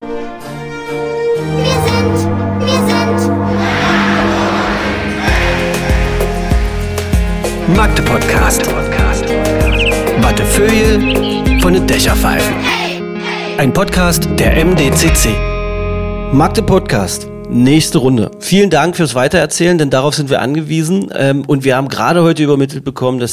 Magde-Podcast. Wattefeuille von den Dächerpfeifen. Ein Podcast der MDCC. Magde-Podcast. Nächste Runde. Vielen Dank fürs Weitererzählen, denn darauf sind wir angewiesen. Und wir haben gerade heute übermittelt bekommen, dass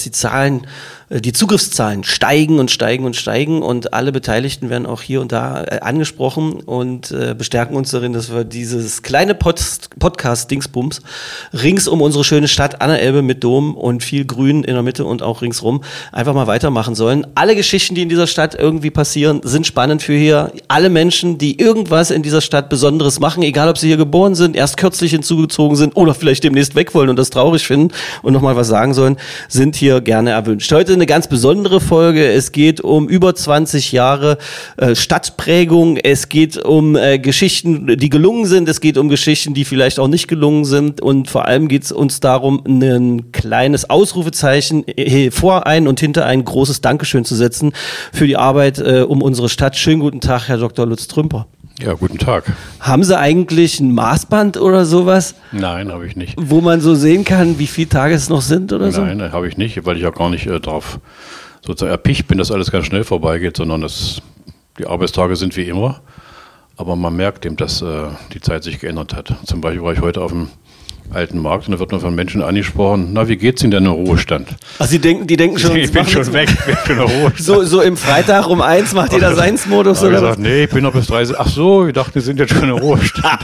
die Zugriffszahlen steigen und steigen und steigen und alle Beteiligten werden auch hier und da angesprochen und bestärken uns darin, dass wir dieses kleine Podcast-Dingsbums rings um unsere schöne Stadt an der Elbe mit Dom und viel Grün in der Mitte und auch ringsrum einfach mal weitermachen sollen. Alle Geschichten, die in dieser Stadt irgendwie passieren, sind spannend für hier. Alle Menschen, die irgendwas in dieser Stadt Besonderes machen, egal ob sie hier geboren sind, erst kürzlich hinzugezogen sind oder vielleicht demnächst weg wollen und das traurig finden und nochmal was sagen sollen, sind hier gerne erwünscht. Heute eine ganz besondere Folge. Es geht um über 20 Jahre Stadtprägung. Es geht um Geschichten, die gelungen sind. Es geht um Geschichten, die vielleicht auch nicht gelungen sind. Und vor allem geht es uns darum, ein kleines Ausrufezeichen vor ein und hinter ein großes Dankeschön zu setzen für die Arbeit um unsere Stadt. Schönen guten Tag, Herr Dr. Lutz Trümper. Ja, guten Tag. Haben Sie eigentlich ein Maßband oder sowas? Nein, habe ich nicht. Wo man so sehen kann, wie viele Tage es noch sind oder so? Nein, habe ich nicht, weil ich auch gar nicht drauf sozusagen erpicht bin, dass alles ganz schnell vorbeigeht, sondern die Arbeitstage sind wie immer. Aber man merkt eben, dass die Zeit sich geändert hat. Zum Beispiel war ich heute auf dem alten Markt und da wird man von Menschen angesprochen, na, wie geht's Ihnen denn im Ruhestand? Ach, die denken schon, ich bin schon weg, ich bin schon im Ruhestand. So im Freitag um 1 macht jeder Seinsmodus oder was? Ich gesagt, nee, ich bin noch bis 30. Ach so, ich dachte, Sie sind jetzt schon im Ruhestand.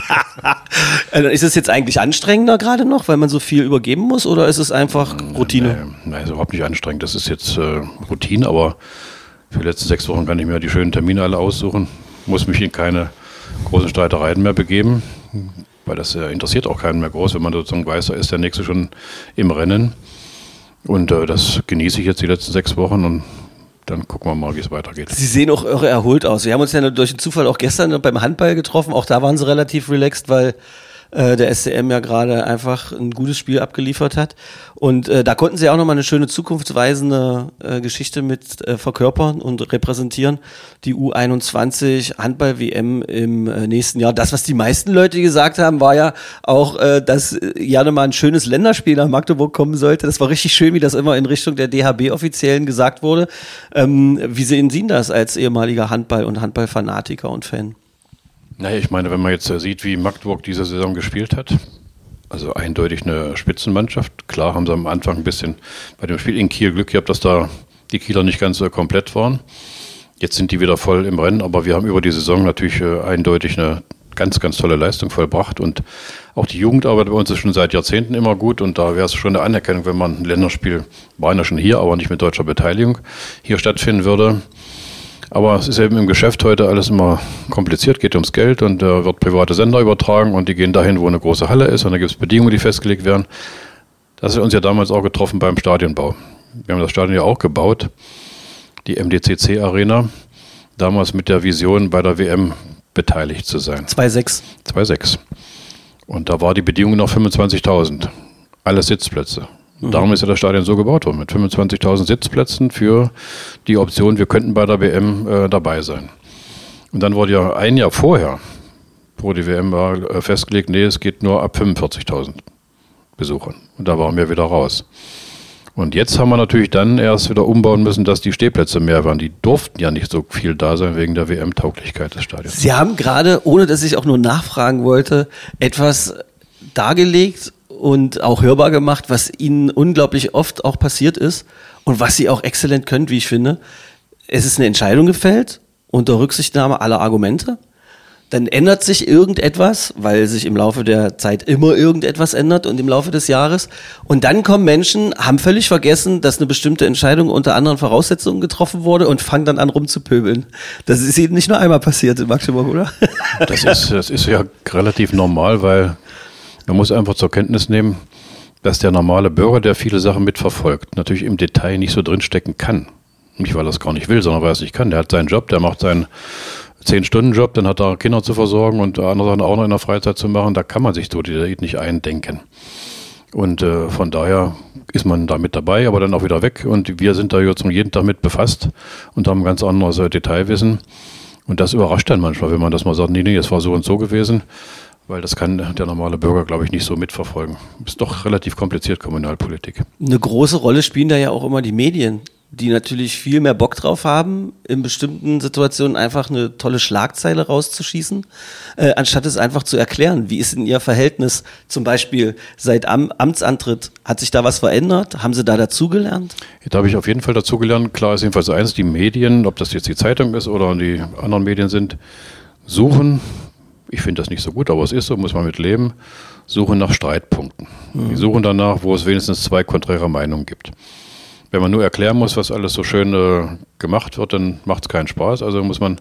Ist es jetzt eigentlich anstrengender gerade noch, weil man so viel übergeben muss oder ist es einfach Routine? Nein, ist überhaupt nicht anstrengend. Das ist jetzt Routine, aber für die letzten 6 Wochen kann ich mir die schönen Termine alle aussuchen, muss mich in keine großen Streitereien mehr begeben. Weil das interessiert auch keinen mehr groß, wenn man sozusagen weiß, da ist der Nächste schon im Rennen. Und das genieße ich jetzt die letzten 6 Wochen und dann gucken wir mal, wie es weitergeht. Sie sehen auch irre erholt aus. Wir haben uns ja durch den Zufall auch gestern beim Handball getroffen. Auch da waren Sie relativ relaxed, weil der SCM ja gerade einfach ein gutes Spiel abgeliefert hat. Und da konnten Sie auch nochmal eine schöne zukunftsweisende Geschichte mit verkörpern und repräsentieren. Die U21 Handball-WM im nächsten Jahr. Das, was die meisten Leute gesagt haben, war ja auch, dass gerne mal ein schönes Länderspiel nach Magdeburg kommen sollte. Das war richtig schön, wie das immer in Richtung der DHB-Offiziellen gesagt wurde. Wie sehen Sie das als ehemaliger Handball- und Handballfanatiker und Fan? Naja, ich meine, wenn man jetzt sieht, wie Magdeburg diese Saison gespielt hat, also eindeutig eine Spitzenmannschaft. Klar haben sie am Anfang ein bisschen bei dem Spiel in Kiel Glück gehabt, dass da die Kieler nicht ganz so komplett waren. Jetzt sind die wieder voll im Rennen, aber wir haben über die Saison natürlich eindeutig eine ganz, ganz tolle Leistung vollbracht und auch die Jugendarbeit bei uns ist schon seit Jahrzehnten immer gut und da wäre es schon eine Anerkennung, wenn man ein Länderspiel, war ja schon hier, aber nicht mit deutscher Beteiligung, hier stattfinden würde. Aber es ist eben im Geschäft heute alles immer kompliziert, geht ums Geld und da wird private Sender übertragen und die gehen dahin, wo eine große Halle ist und da gibt es Bedingungen, die festgelegt werden. Das hat uns ja damals auch getroffen beim Stadionbau. Wir haben das Stadion ja auch gebaut, die MDCC Arena, damals mit der Vision, bei der WM beteiligt zu sein. 2,6. Und da war die Bedingung noch 25.000, alle Sitzplätze. Darum ist ja das Stadion so gebaut worden, mit 25.000 Sitzplätzen für die Option, wir könnten bei der WM dabei sein. Und dann wurde ja ein Jahr vorher, wo die WM war, festgelegt, nee, es geht nur ab 45.000 Besuchern. Und da waren wir wieder raus. Und jetzt haben wir natürlich dann erst wieder umbauen müssen, dass die Stehplätze mehr waren. Die durften ja nicht so viel da sein wegen der WM-Tauglichkeit des Stadions. Sie haben gerade, ohne dass ich auch nur nachfragen wollte, etwas dargelegt und auch hörbar gemacht, was Ihnen unglaublich oft auch passiert ist und was Sie auch exzellent können, wie ich finde. Es ist eine Entscheidung gefällt unter Rücksichtnahme aller Argumente. Dann ändert sich irgendetwas, weil sich im Laufe der Zeit immer irgendetwas ändert und im Laufe des Jahres. Und dann kommen Menschen, haben völlig vergessen, dass eine bestimmte Entscheidung unter anderen Voraussetzungen getroffen wurde und fangen dann an rumzupöbeln. Das ist Ihnen nicht nur einmal passiert in Magdeburg, oder? Das ist ja relativ normal, weil man muss einfach zur Kenntnis nehmen, dass der normale Bürger, der viele Sachen mitverfolgt, natürlich im Detail nicht so drinstecken kann. Nicht, weil er es gar nicht will, sondern weil er es nicht kann. Der hat seinen Job, der macht seinen 10-Stunden-Job, dann hat er Kinder zu versorgen und andere Sachen auch noch in der Freizeit zu machen. Da kann man sich so nicht eindenken. Und von daher ist man da mit dabei, aber dann auch wieder weg. Und wir sind da jetzt jeden Tag mit befasst und haben ganz anderes Detailwissen. Und das überrascht dann manchmal, wenn man das mal sagt, nee, es war so und so gewesen, weil das kann der normale Bürger, glaube ich, nicht so mitverfolgen. Ist doch relativ kompliziert, Kommunalpolitik. Eine große Rolle spielen da ja auch immer die Medien, die natürlich viel mehr Bock drauf haben, in bestimmten Situationen einfach eine tolle Schlagzeile rauszuschießen, anstatt es einfach zu erklären. Wie ist denn Ihr Verhältnis zum Beispiel seit Amtsantritt? Hat sich da was verändert? Haben Sie da dazugelernt? Da habe ich auf jeden Fall dazugelernt. Klar ist jedenfalls eins, die Medien, ob das jetzt die Zeitung ist oder die anderen Medien sind, suchen, ich finde das nicht so gut, aber es ist so, muss man mit leben, suchen nach Streitpunkten. Die suchen danach, wo es wenigstens zwei konträre Meinungen gibt. Wenn man nur erklären muss, was alles so schön gemacht wird, dann macht es keinen Spaß. Also muss man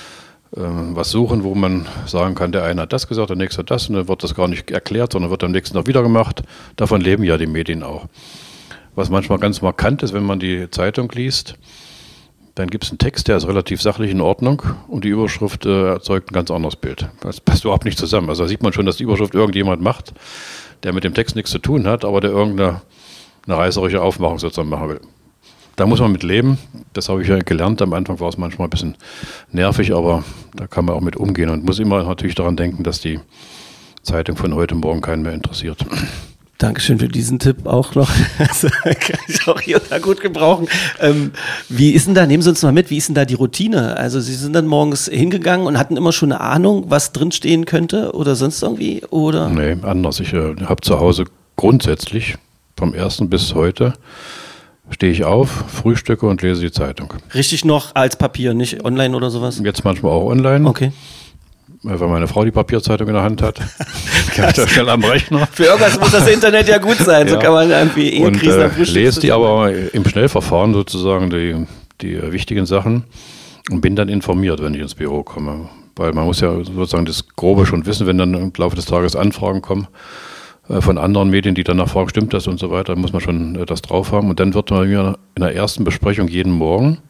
was suchen, wo man sagen kann, der eine hat das gesagt, der nächste hat das, und dann wird das gar nicht erklärt, sondern wird am nächsten Tag wieder gemacht. Davon leben ja die Medien auch. Was manchmal ganz markant ist, wenn man die Zeitung liest, dann gibt es einen Text, der ist relativ sachlich in Ordnung und die Überschrift erzeugt ein ganz anderes Bild. Das passt überhaupt nicht zusammen. Also da sieht man schon, dass die Überschrift irgendjemand macht, der mit dem Text nichts zu tun hat, aber der irgendeine reißerische Aufmachung sozusagen machen will. Da muss man mit leben. Das habe ich ja gelernt. Am Anfang war es manchmal ein bisschen nervig, aber da kann man auch mit umgehen und muss immer natürlich daran denken, dass die Zeitung von heute Morgen keinen mehr interessiert. Dankeschön für diesen Tipp auch noch. Das kann ich auch hier und da gut gebrauchen. Wie ist denn da, nehmen Sie uns mal mit, wie ist denn da die Routine? Also Sie sind dann morgens hingegangen und hatten immer schon eine Ahnung, was drinstehen könnte oder sonst irgendwie? Oder? Nee, anders. Ich habe zu Hause grundsätzlich vom ersten bis heute stehe ich auf, frühstücke und lese die Zeitung. Richtig noch als Papier, nicht online oder sowas? Jetzt manchmal auch online. Okay. Weil meine Frau die Papierzeitung in der Hand hat. Kann ich da schnell am Rechner. Für irgendwas muss das Internet ja gut sein. Ja. So kann man irgendwie Ehekrisen am Frühstück. Lese die aber im Schnellverfahren sozusagen die wichtigen Sachen und bin dann informiert, wenn ich ins Büro komme. Weil man muss ja sozusagen das Grobe schon wissen, wenn dann im Laufe des Tages Anfragen kommen von anderen Medien, die danach fragen, stimmt das und so weiter, muss man schon das drauf haben. Und dann wird man in der ersten Besprechung jeden Morgen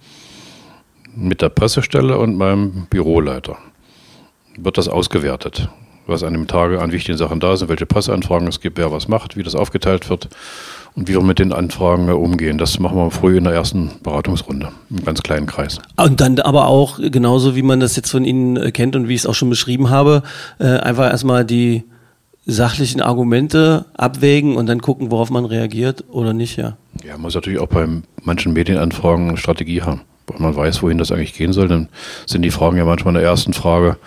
mit der Pressestelle und meinem Büroleiter wird das ausgewertet, was an dem Tage an wichtigen Sachen da sind, welche Presseanfragen es gibt, wer was macht, wie das aufgeteilt wird und wie wir mit den Anfragen umgehen. Das machen wir früh in der ersten Beratungsrunde, im ganz kleinen Kreis. Und dann aber auch, genauso wie man das jetzt von Ihnen kennt und wie ich es auch schon beschrieben habe, einfach erstmal die sachlichen Argumente abwägen und dann gucken, worauf man reagiert oder nicht, ja. Ja, man muss natürlich auch bei manchen Medienanfragen eine Strategie haben, weil man weiß, wohin das eigentlich gehen soll. Dann sind die Fragen ja manchmal in der ersten Frage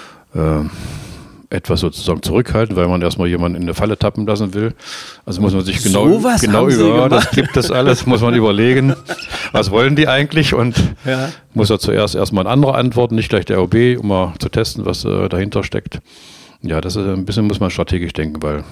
etwas sozusagen zurückhalten, weil man erstmal jemanden in eine Falle tappen lassen will. Also muss man sich genau über das gibt es alles, muss man überlegen, was wollen die eigentlich und muss er zuerst erstmal ein anderer antworten, nicht gleich der OB, um mal zu testen, was dahinter steckt. Ja, das ist ein bisschen, muss man strategisch denken, weil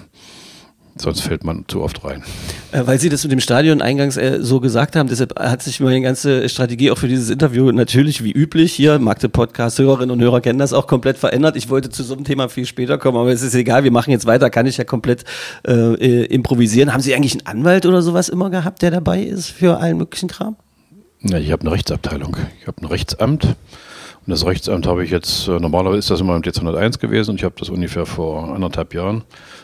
sonst fällt man zu oft rein. Weil Sie das mit dem Stadion eingangs so gesagt haben, deshalb hat sich meine ganze Strategie auch für dieses Interview natürlich wie üblich hier, Magde-Podcast-Hörerinnen und Hörer kennen das auch, komplett verändert. Ich wollte zu so einem Thema viel später kommen, aber es ist egal, wir machen jetzt weiter, kann ich ja komplett improvisieren. Haben Sie eigentlich einen Anwalt oder sowas immer gehabt, der dabei ist für allen möglichen Kram? Ja, ich habe eine Rechtsabteilung. Ich habe ein Rechtsamt. Und das Rechtsamt habe ich jetzt, normalerweise ist das immer im DC 101 gewesen und ich habe das ungefähr vor 1,5 Jahren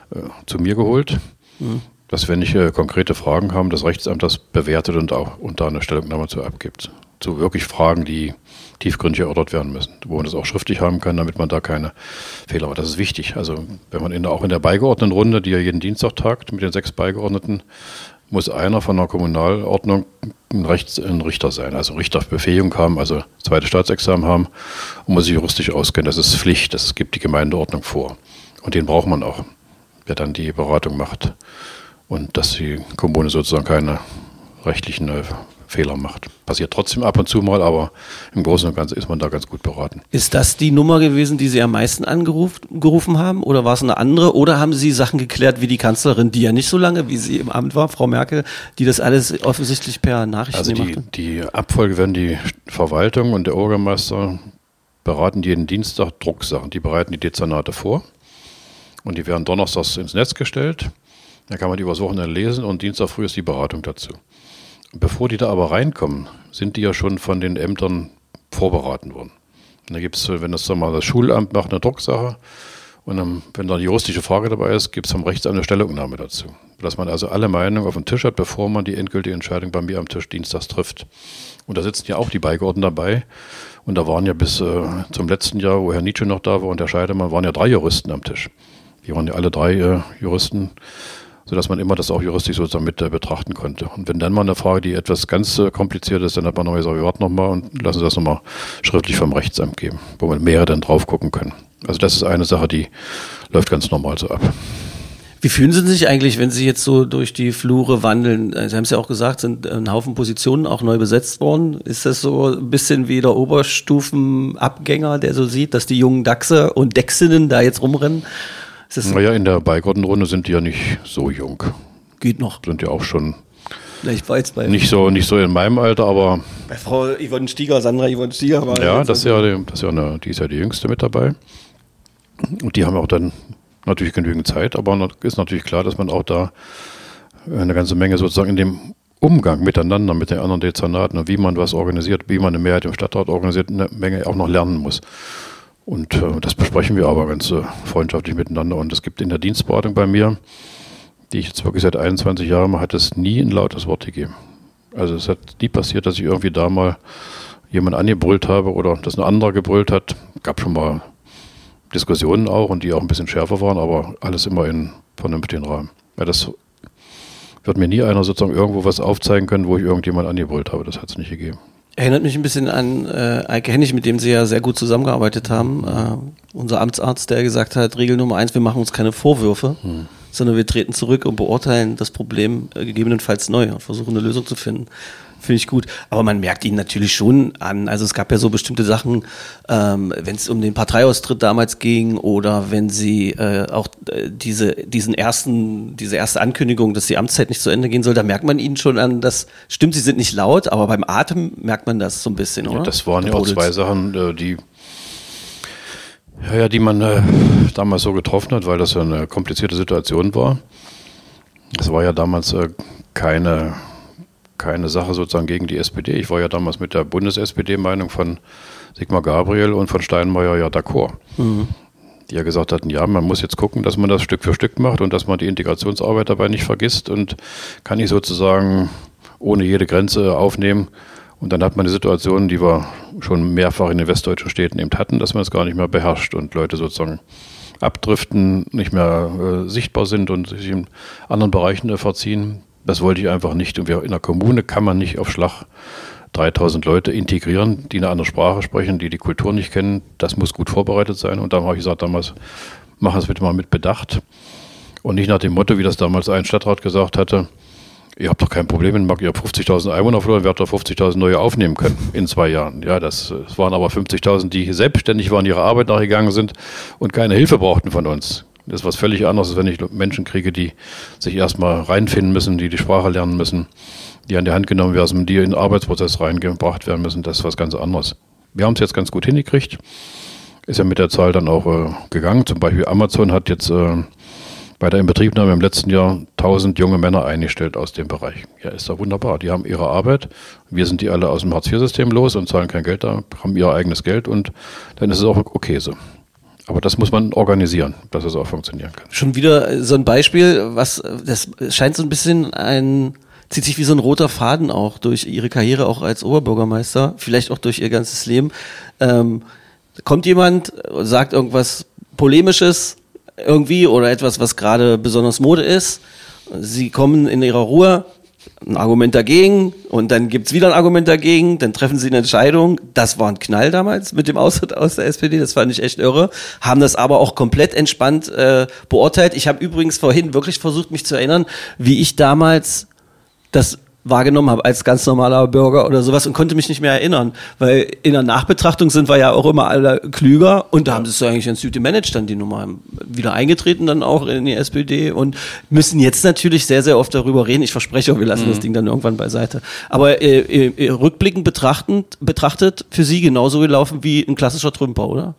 zu mir geholt, dass wenn ich konkrete Fragen habe, das Rechtsamt das bewertet und auch da eine Stellungnahme zu abgibt. Zu wirklich Fragen, die tiefgründig erörtert werden müssen, wo man das auch schriftlich haben kann, damit man da keine Fehler hat. Das ist wichtig. Also wenn man auch in der Beigeordnetenrunde, die ja jeden Dienstag tagt, mit den 6 Beigeordneten, muss einer von der Kommunalordnung ein Richter sein, also Richterbefähigung haben, also zweites Staatsexamen haben und muss sich juristisch auskennen. Das ist Pflicht, das gibt die Gemeindeordnung vor. Und den braucht man auch, der dann die Beratung macht und dass die Kommune sozusagen keine rechtlichen Fehler macht. Passiert trotzdem ab und zu mal, aber im Großen und Ganzen ist man da ganz gut beraten. Ist das die Nummer gewesen, die Sie am meisten angerufen haben oder war es eine andere? Oder haben Sie Sachen geklärt wie die Kanzlerin, die ja nicht so lange wie sie im Amt war, Frau Merkel, die das alles offensichtlich per Nachrichten gemacht hat? Also die Abfolge werden die Verwaltung und der Bürgermeister beraten jeden Dienstag Drucksachen. Die bereiten die Dezernate vor und die werden donnerstags ins Netz gestellt. Da kann man die übers Wochenende lesen und Dienstag früh ist die Beratung dazu. Bevor die da aber reinkommen, sind die ja schon von den Ämtern vorberaten worden. Und da gibt es, wenn das Schulamt macht, eine Drucksache und dann, wenn da eine juristische Frage dabei ist, gibt es vom Rechtsamt eine Stellungnahme dazu. Dass man also alle Meinungen auf dem Tisch hat, bevor man die endgültige Entscheidung bei mir am Tisch dienstags trifft. Und da sitzen ja auch die Beigeordneten dabei Und da waren ja bis zum letzten Jahr, wo Herr Nietzsche noch da war und Herr Scheidemann, waren ja 3 Juristen am Tisch. Die waren ja alle 3 Juristen, sodass man immer das auch juristisch sozusagen mit betrachten konnte. Und wenn dann mal eine Frage, die etwas ganz kompliziert ist, dann hat man noch gesagt, wir warten nochmal und lassen Sie das nochmal schriftlich vom Rechtsamt geben, wo wir mehrere dann drauf gucken können. Also das ist eine Sache, die läuft ganz normal so ab. Wie fühlen Sie sich eigentlich, wenn Sie jetzt so durch die Flure wandeln? Sie haben es ja auch gesagt, sind ein Haufen Positionen auch neu besetzt worden. Ist das so ein bisschen wie der Oberstufenabgänger, der so sieht, dass die jungen Dachse und Dachsinnen da jetzt rumrennen? Naja, in der Beigartenrunde sind die ja nicht so jung. Geht noch. Sind ja auch schon vielleicht war jetzt bei nicht so in meinem Alter, aber bei Frau Yvonne Stieger, Sandra Yvonne Stieger war ja, die ist ja die Jüngste mit dabei. Und die haben auch dann natürlich genügend Zeit, aber ist natürlich klar, dass man auch da eine ganze Menge sozusagen in dem Umgang miteinander mit den anderen Dezernaten und wie man was organisiert, wie man eine Mehrheit im Stadtrat organisiert, eine Menge auch noch lernen muss. Und das besprechen wir aber ganz freundschaftlich miteinander. Und es gibt in der Dienstberatung bei mir, die ich jetzt wirklich seit 21 Jahren mache, hat es nie ein lautes Wort gegeben. Also es hat nie passiert, dass ich irgendwie da mal jemanden angebrüllt habe oder dass ein anderer gebrüllt hat. Gab schon mal Diskussionen auch und die auch ein bisschen schärfer waren, aber alles immer in vernünftigen Rahmen. Weil das wird mir nie einer sozusagen irgendwo was aufzeigen können, wo ich irgendjemand angebrüllt habe. Das hat es nicht gegeben. Erinnert mich ein bisschen an Eike Hennig, mit dem Sie ja sehr gut zusammengearbeitet haben. Unser Amtsarzt, der gesagt hat, Regel Nummer 1, wir machen uns keine Vorwürfe, sondern wir treten zurück und beurteilen das Problem gegebenenfalls neu und versuchen eine Lösung zu finden. Finde ich gut. Aber man merkt ihn natürlich schon an. Also es gab ja so bestimmte Sachen, wenn es um den Parteiaustritt damals ging oder wenn sie auch diese erste Ankündigung, dass die Amtszeit nicht zu Ende gehen soll, da merkt man ihnen schon an, dass, stimmt, sie sind nicht laut, aber beim Atem merkt man das so ein bisschen, oder? Ja, das waren ja auch 2 Sachen, die man damals so getroffen hat, weil das ja eine komplizierte Situation war. Es war ja damals keine Sache sozusagen gegen die SPD. Ich war ja damals mit der Bundes-SPD-Meinung von Sigmar Gabriel und von Steinmeier ja d'accord. Die ja gesagt hatten, ja, man muss jetzt gucken, dass man das Stück für Stück macht und dass man die Integrationsarbeit dabei nicht vergisst und kann nicht sozusagen ohne jede Grenze aufnehmen. Und dann hat man eine Situation, die wir schon mehrfach in den westdeutschen Städten eben hatten, dass man es gar nicht mehr beherrscht und Leute sozusagen abdriften, nicht mehr sichtbar sind und sich in anderen Bereichen verziehen. Das wollte ich einfach nicht. Und in der Kommune kann man nicht auf Schlag 3000 Leute integrieren, die eine andere Sprache sprechen, die Kultur nicht kennen. Das muss gut vorbereitet sein. Und da habe ich gesagt damals, machen wir es bitte mal mit Bedacht. Und nicht nach dem Motto, wie das damals ein Stadtrat gesagt hatte, ihr habt doch kein Problem in Mark, ihr habt 50.000 Einwohner verloren, werdet doch 50.000 neue aufnehmen können in 2 Jahren. Ja, es waren aber 50.000, die selbstständig waren, ihrer Arbeit nachgegangen sind und keine Hilfe brauchten von uns. Das ist was völlig anderes, als wenn ich Menschen kriege, die sich erstmal reinfinden müssen, die Sprache lernen müssen, die an die Hand genommen werden, die in den Arbeitsprozess reingebracht werden müssen. Das ist was ganz anderes. Wir haben es jetzt ganz gut hingekriegt. Ist ja mit der Zahl dann auch gegangen. Zum Beispiel Amazon hat jetzt bei der Inbetriebnahme im letzten Jahr 1000 junge Männer eingestellt aus dem Bereich. Ja, ist doch wunderbar. Die haben ihre Arbeit. Wir sind die alle aus dem Hartz-IV-System los und zahlen kein Geld da, haben ihr eigenes Geld und dann ist es auch okay so. Aber das muss man organisieren, dass es auch funktionieren kann. Schon wieder so ein Beispiel, das scheint so ein bisschen zieht sich wie so ein roter Faden auch durch Ihre Karriere auch als Oberbürgermeister, vielleicht auch durch Ihr ganzes Leben. Kommt jemand, sagt irgendwas Polemisches irgendwie oder etwas, was gerade besonders Mode ist. Sie kommen in Ihrer Ruhe, ein Argument dagegen und dann gibt's wieder ein Argument dagegen, dann treffen sie eine Entscheidung. Das war ein Knall damals mit dem Austritt aus der SPD, das fand ich echt irre. Haben das aber auch komplett entspannt beurteilt. Ich habe übrigens vorhin wirklich versucht, mich zu erinnern, wie ich damals das wahrgenommen habe als ganz normaler Bürger oder sowas und konnte mich nicht mehr erinnern, weil in der Nachbetrachtung sind wir ja auch immer alle klüger und da haben sie es eigentlich ganz gut gemanagt, dann die Nummer wieder eingetreten dann auch in die SPD und müssen jetzt natürlich sehr, sehr oft darüber reden. Ich verspreche auch, wir lassen das Ding dann irgendwann beiseite. Aber rückblickend betrachtet für Sie genauso gelaufen wie ein klassischer Trümper, oder?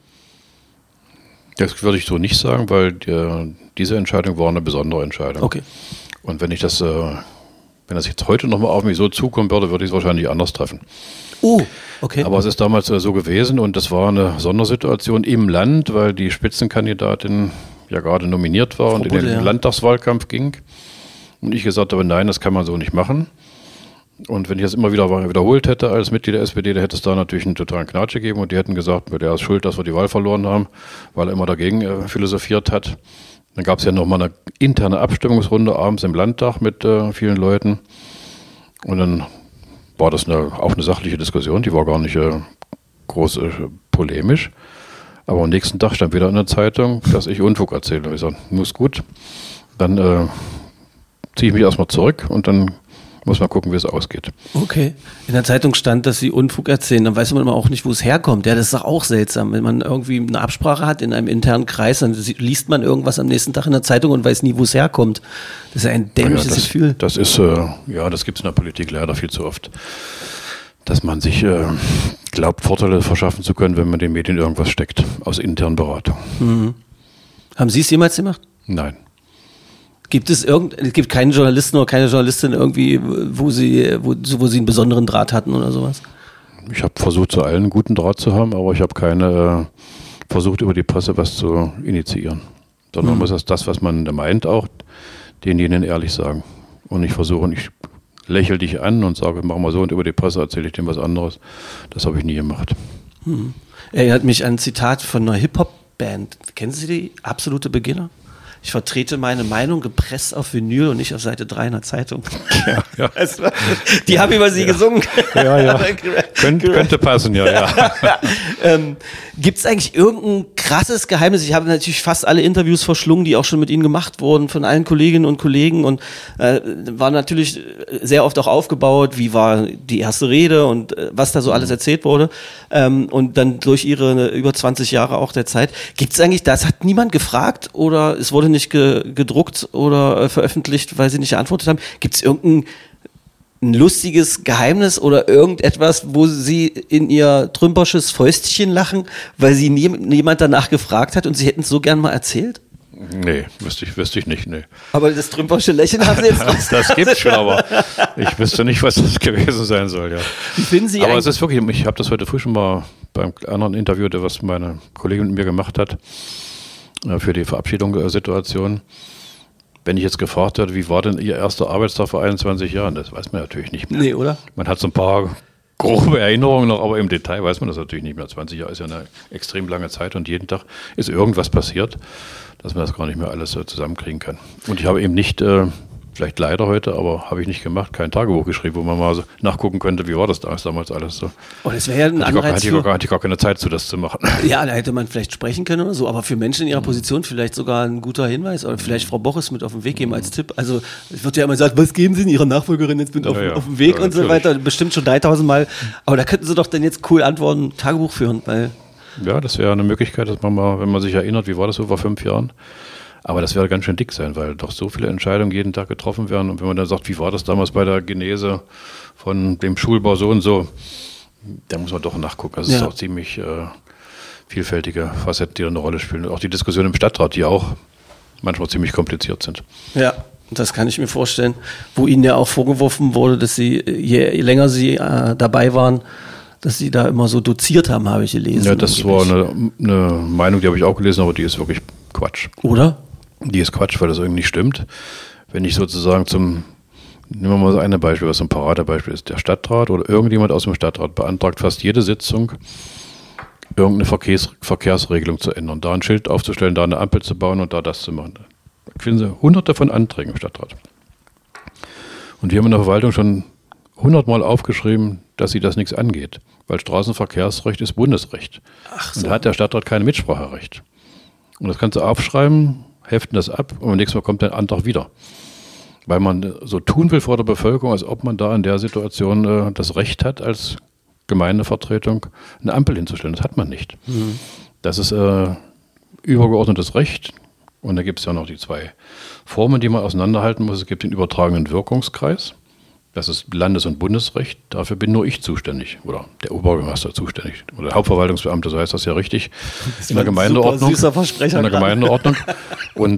Das würde ich so nicht sagen, weil diese Entscheidung war eine besondere Entscheidung. Okay. Und wenn das jetzt heute nochmal auf mich so zukommen würde, würde ich es wahrscheinlich anders treffen. Okay. Aber es ist damals so gewesen und das war eine Sondersituation im Land, weil die Spitzenkandidatin ja gerade nominiert war und in den Landtagswahlkampf ging. Und ich gesagt habe, nein, das kann man so nicht machen. Und wenn ich das immer wieder wiederholt hätte als Mitglied der SPD, da hätte es da natürlich einen totalen Knatsch gegeben und die hätten gesagt, der ist schuld, dass wir die Wahl verloren haben, weil er immer dagegen philosophiert hat. Dann gab es ja nochmal eine interne Abstimmungsrunde abends im Landtag mit vielen Leuten. Und dann war das auch eine sachliche Diskussion, die war gar nicht groß polemisch. Aber am nächsten Tag stand wieder in der Zeitung, dass ich Unfug erzähle. Und ich sage, muss gut, dann ziehe ich mich erstmal zurück und dann muss man gucken, wie es ausgeht. Okay. In der Zeitung stand, dass Sie Unfug erzählen. Dann weiß man immer auch nicht, wo es herkommt. Ja, das ist doch auch seltsam. Wenn man irgendwie eine Absprache hat in einem internen Kreis, dann liest man irgendwas am nächsten Tag in der Zeitung und weiß nie, wo es herkommt. Das ist ja ein dämliches Gefühl. Das ist, das gibt es in der Politik leider viel zu oft. Dass man sich glaubt, Vorteile verschaffen zu können, wenn man den Medien irgendwas steckt, aus internen Beratungen. Mhm. Haben Sie es jemals gemacht? Nein. Es gibt keinen Journalisten oder keine Journalistin irgendwie, wo sie einen besonderen Draht hatten oder sowas? Ich habe versucht, zu allen einen guten Draht zu haben, aber ich habe keine versucht, über die Presse was zu initiieren. Sondern man muss das, was man meint, auch denjenigen ehrlich sagen. Und ich lächle dich an und sage, mach mal so, und über die Presse erzähle ich dem was anderes. Das habe ich nie gemacht. Erinnert mich an ein Zitat von einer Hip-Hop-Band. Kennen Sie die? Absolute Beginner? Ich vertrete meine Meinung, gepresst auf Vinyl und nicht auf Seite 3 in der Zeitung. Ja. Die haben über Sie gesungen. Ja. Könnte passen, ja. Gibt es eigentlich irgendein krasses Geheimnis? Ich habe natürlich fast alle Interviews verschlungen, die auch schon mit Ihnen gemacht wurden, von allen Kolleginnen und Kollegen, und war natürlich sehr oft auch aufgebaut, wie war die erste Rede und was da so alles erzählt wurde. Und dann durch Ihre über 20 Jahre auch der Zeit. Gibt es eigentlich, das hat niemand gefragt oder es wurde nicht gedruckt oder veröffentlicht, weil Sie nicht geantwortet haben? Gibt es irgendein lustiges Geheimnis oder irgendetwas, wo Sie in Ihr trümpersches Fäustchen lachen, weil Sie niemand danach gefragt hat und Sie hätten es so gern mal erzählt? Nee, wüsste ich nicht, nee. Aber das trümpersche Lächeln haben Sie jetzt raus. Das gibt's schon, aber ich wüsste nicht, was das gewesen sein soll, ja. Wie finden Sie aber es ist wirklich, ich habe das heute früh schon mal beim anderen Interview, was meine Kollegin mit mir gemacht hat, für die Verabschiedungssituation. Wenn ich jetzt gefragt werde, wie war denn Ihr erster Arbeitstag vor 21 Jahren, das weiß man natürlich nicht mehr. Nee, oder? Man hat so ein paar grobe Erinnerungen noch, aber im Detail weiß man das natürlich nicht mehr. 20 Jahre ist ja eine extrem lange Zeit und jeden Tag ist irgendwas passiert, dass man das gar nicht mehr alles zusammenkriegen kann. Und ich habe eben nicht, vielleicht leider heute, aber habe ich nicht gemacht, kein Tagebuch geschrieben, wo man mal so nachgucken könnte, wie war das damals alles so. Oh, das wäre ja ein Anreiz hatte ich gar keine Zeit zu, das zu machen. Ja, da hätte man vielleicht sprechen können oder so, aber für Menschen in ihrer Position vielleicht sogar ein guter Hinweis oder vielleicht Frau Boris mit auf den Weg geben als Tipp. Also es wird ja immer gesagt, was geben Sie denn Ihrer Nachfolgerin jetzt mit auf den Weg und so weiter, bestimmt schon 3000 Mal. Aber da könnten Sie doch dann jetzt cool antworten, Tagebuch führen, weil... Ja, das wäre eine Möglichkeit, dass man mal, wenn man sich erinnert, wie war das so vor 5 Jahren, aber das wäre ganz schön dick sein, weil doch so viele Entscheidungen jeden Tag getroffen werden. Und wenn man dann sagt, wie war das damals bei der Genese von dem Schulbau so und so, da muss man doch nachgucken. Das ist auch ziemlich vielfältige Facetten, die da eine Rolle spielen. Und auch die Diskussion im Stadtrat, die auch manchmal ziemlich kompliziert sind. Ja, das kann ich mir vorstellen. Wo Ihnen ja auch vorgeworfen wurde, dass Sie, je länger Sie dabei waren, dass Sie da immer so doziert haben, habe ich gelesen. Ja, das war eine Meinung, die habe ich auch gelesen, aber die ist wirklich Quatsch. Oder? Die ist Quatsch, weil das irgendwie nicht stimmt. Wenn ich sozusagen nehmen wir mal so ein Beispiel, was so ein Paradebeispiel ist, der Stadtrat oder irgendjemand aus dem Stadtrat beantragt fast jede Sitzung, irgendeine Verkehrsregelung zu ändern, da ein Schild aufzustellen, da eine Ampel zu bauen und da das zu machen. Da finden Sie hunderte von Anträgen im Stadtrat. Und wir haben in der Verwaltung schon 100-mal aufgeschrieben, dass sie das nichts angeht, weil Straßenverkehrsrecht ist Bundesrecht. Ach so. Und da hat der Stadtrat kein Mitspracherecht. Und das kannst du aufschreiben, heften das ab und beim nächsten Mal kommt der Antrag wieder. Weil man so tun will vor der Bevölkerung, als ob man da in der Situation das Recht hat, als Gemeindevertretung eine Ampel hinzustellen. Das hat man nicht. Mhm. Das ist übergeordnetes Recht. Und da gibt es ja noch die 2 Formen, die man auseinanderhalten muss. Es gibt den übertragenen Wirkungskreis. Das ist Landes- und Bundesrecht. Dafür bin nur ich zuständig. Oder der Oberbürgermeister zuständig. Oder der Hauptverwaltungsbeamte, so heißt das ja richtig. In der Gemeindeordnung. Süßer Versprecher. In der Gemeindeordnung. Und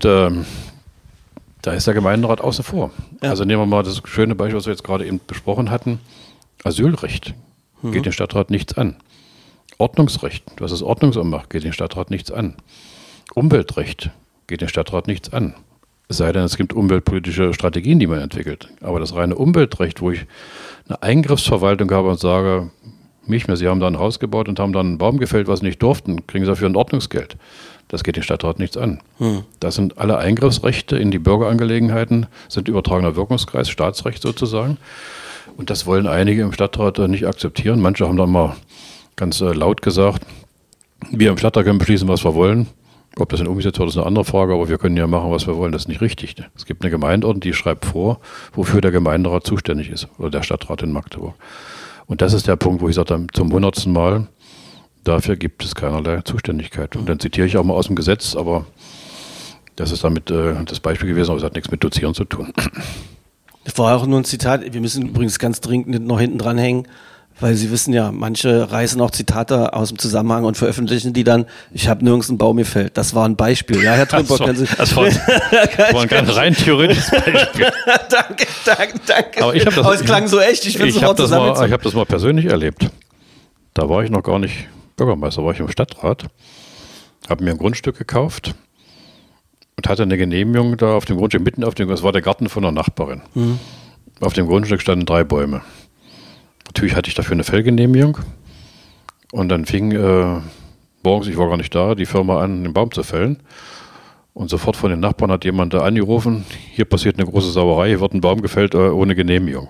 da ist der Gemeinderat außen vor. Ja. Also nehmen wir mal das schöne Beispiel, was wir jetzt gerade eben besprochen hatten. Asylrecht geht den Stadtrat nichts an. Ordnungsrecht, was das Ordnungsamt macht, geht den Stadtrat nichts an. Umweltrecht geht den Stadtrat nichts an. Es sei denn, es gibt umweltpolitische Strategien, die man entwickelt. Aber das reine Umweltrecht, wo ich eine Eingriffsverwaltung habe und sage, Sie haben da ein Haus gebaut und haben dann einen Baum gefällt, was Sie nicht durften, kriegen Sie dafür ein Ordnungsgeld. Das geht den Stadtrat nichts an. Das sind alle Eingriffsrechte in die Bürgerangelegenheiten, sind übertragener Wirkungskreis, Staatsrecht sozusagen. Und das wollen einige im Stadtrat nicht akzeptieren. Manche haben dann mal ganz laut gesagt, wir im Stadtrat können beschließen, was wir wollen. Ob das dann umgesetzt wird, ist eine andere Frage, aber wir können ja machen, was wir wollen. Das ist nicht richtig. Es gibt eine Gemeindeordnung, die schreibt vor, wofür der Gemeinderat zuständig ist oder der Stadtrat in Magdeburg. Und das ist der Punkt, wo ich sage, zum 100. Mal, dafür gibt es keinerlei Zuständigkeit. Und dann zitiere ich auch mal aus dem Gesetz, aber das ist damit das Beispiel gewesen, aber es hat nichts mit Dozieren zu tun. Das war auch nur ein Zitat. Wir müssen übrigens ganz dringend noch hinten dranhängen, weil Sie wissen ja, manche reißen auch Zitate aus dem Zusammenhang und veröffentlichen die dann, ich habe nirgends einen Baum gefällt. Das war ein Beispiel. Ja, Herr Trimborg, das war ein ganz rein theoretisches Beispiel. Danke. Aber es klang so echt, ich will sofort zusammenziehen. Ich habe das mal persönlich erlebt. Da war ich noch gar nicht Bürgermeister, war ich im Stadtrat, habe mir ein Grundstück gekauft und hatte eine Genehmigung da auf dem Grundstück, das war der Garten von einer Nachbarin. Auf dem Grundstück standen 3 Bäume. Natürlich hatte ich dafür eine Fällgenehmigung und dann fing morgens, ich war gar nicht da, die Firma an, den Baum zu fällen und sofort von den Nachbarn hat jemand da angerufen, hier passiert eine große Sauerei, hier wird ein Baum gefällt ohne Genehmigung.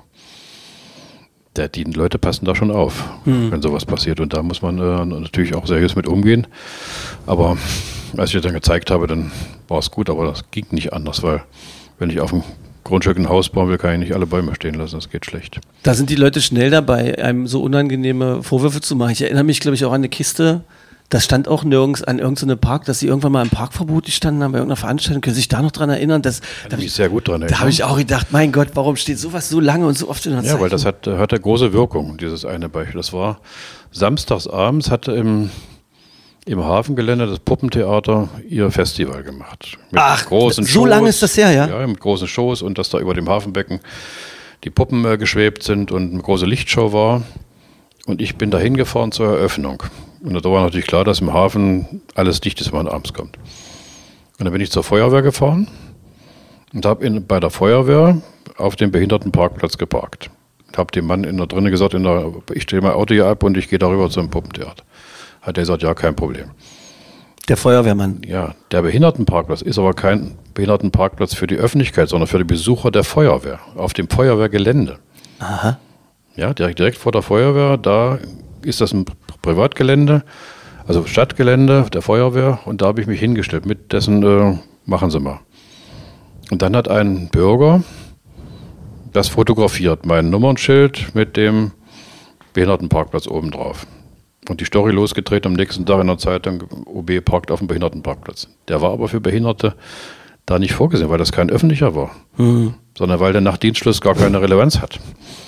Die Leute passen da schon auf, wenn sowas passiert und da muss man natürlich auch seriös mit umgehen, aber als ich das dann gezeigt habe, dann war es gut, aber das ging nicht anders, weil wenn ich auf dem Grundstück ein Haus bauen will, kann ich nicht alle Bäume stehen lassen, das geht schlecht. Da sind die Leute schnell dabei, einem so unangenehme Vorwürfe zu machen. Ich erinnere mich, glaube ich, auch an eine Kiste, das stand auch nirgends an irgendeinem Park, dass sie irgendwann mal im Parkverbot gestanden haben bei irgendeiner Veranstaltung. Können Sie sich da noch dran erinnern? Da habe ich sehr gut dran erinnern. Da habe ich auch gedacht, mein Gott, warum steht sowas so lange und so oft in der Zeitung? Ja, weil das hatte große Wirkung, dieses eine Beispiel. Das war samstags abends, hatte im Hafengelände das Puppentheater ihr Festival gemacht. Mit großen so Shows, lange ist das her, ja? Ja, mit großen Shows und dass da über dem Hafenbecken die Puppen geschwebt sind und eine große Lichtshow war. Und ich bin da hingefahren zur Eröffnung. Und da war natürlich klar, dass im Hafen alles dicht ist, wenn man abends kommt. Und dann bin ich zur Feuerwehr gefahren und habe bei der Feuerwehr auf dem Behindertenparkplatz geparkt. Und habe dem Mann drinnen gesagt, ich stelle mein Auto hier ab und ich gehe darüber zum Puppentheater. Hat er gesagt, ja, kein Problem. Der Feuerwehrmann? Ja, der Behindertenparkplatz ist aber kein Behindertenparkplatz für die Öffentlichkeit, sondern für die Besucher der Feuerwehr, auf dem Feuerwehrgelände. Aha. Ja, direkt vor der Feuerwehr, da ist das ein Privatgelände, also Stadtgelände der Feuerwehr und da habe ich mich hingestellt, mit dessen, machen Sie mal. Und dann hat ein Bürger das fotografiert, mein Nummernschild mit dem Behindertenparkplatz oben drauf. Und die Story losgetreten am nächsten Tag in der Zeitung, OB parkt auf dem Behindertenparkplatz. Der war aber für Behinderte da nicht vorgesehen, weil das kein öffentlicher war, sondern weil der nach Dienstschluss gar keine Relevanz hat.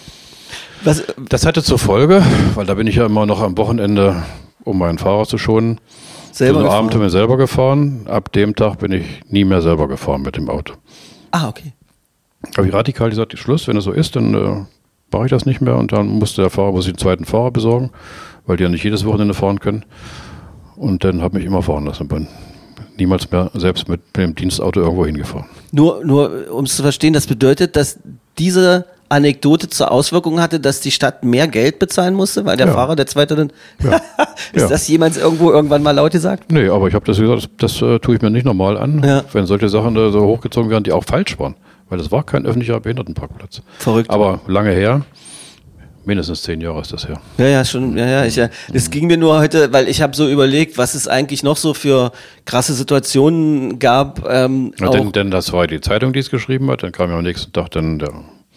Das hatte zur Folge, weil da bin ich ja immer noch am Wochenende, um meinen Fahrer zu schonen, selber so Abend mir selber gefahren. Ab dem Tag bin ich nie mehr selber gefahren mit dem Auto. Ah, okay. Habe ich radikal gesagt, Schluss, wenn es so ist, dann mache ich das nicht mehr und dann muss ich einen zweiten Fahrer besorgen, weil die ja nicht jedes Wochenende fahren können. Und dann habe ich immer fahren lassen. Bin niemals mehr selbst mit dem Dienstauto irgendwo hingefahren. Nur um es zu verstehen, das bedeutet, dass diese Anekdote zur Auswirkung hatte, dass die Stadt mehr Geld bezahlen musste, weil der Fahrer, der Zweite dann... Ja. Ist das jemals irgendwann mal laut gesagt? Nee, aber ich habe das gesagt, das tue ich mir nicht normal an, wenn solche Sachen da so hochgezogen werden, die auch falsch waren. Weil das war kein öffentlicher Behindertenparkplatz. Verrückt. Aber lange her. Mindestens 10 Jahre ist das her. Ja, schon. Es ging mir nur heute, weil ich habe so überlegt, was es eigentlich noch so für krasse Situationen gab. Denn das war die Zeitung, die es geschrieben hat. Dann kam ja am nächsten Tag dann der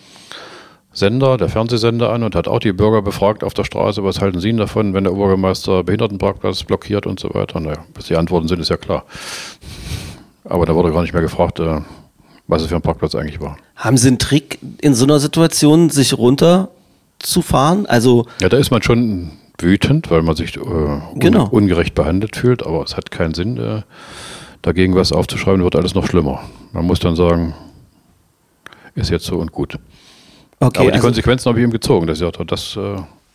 Fernsehsender an und hat auch die Bürger befragt auf der Straße, was halten Sie denn davon, wenn der Oberbürgermeister Behindertenparkplatz blockiert und so weiter. Naja, was die Antworten sind, ist ja klar. Aber da wurde gar nicht mehr gefragt, was es für ein Parkplatz eigentlich war. Haben Sie einen Trick in so einer Situation, sich runterzufahren? Also ja, da ist man schon wütend, weil man sich ungerecht behandelt fühlt, aber es hat keinen Sinn, dagegen was aufzuschreiben, wird alles noch schlimmer. Man muss dann sagen, ist jetzt so und gut. Okay, aber die Konsequenzen habe ich ihm gezogen. Das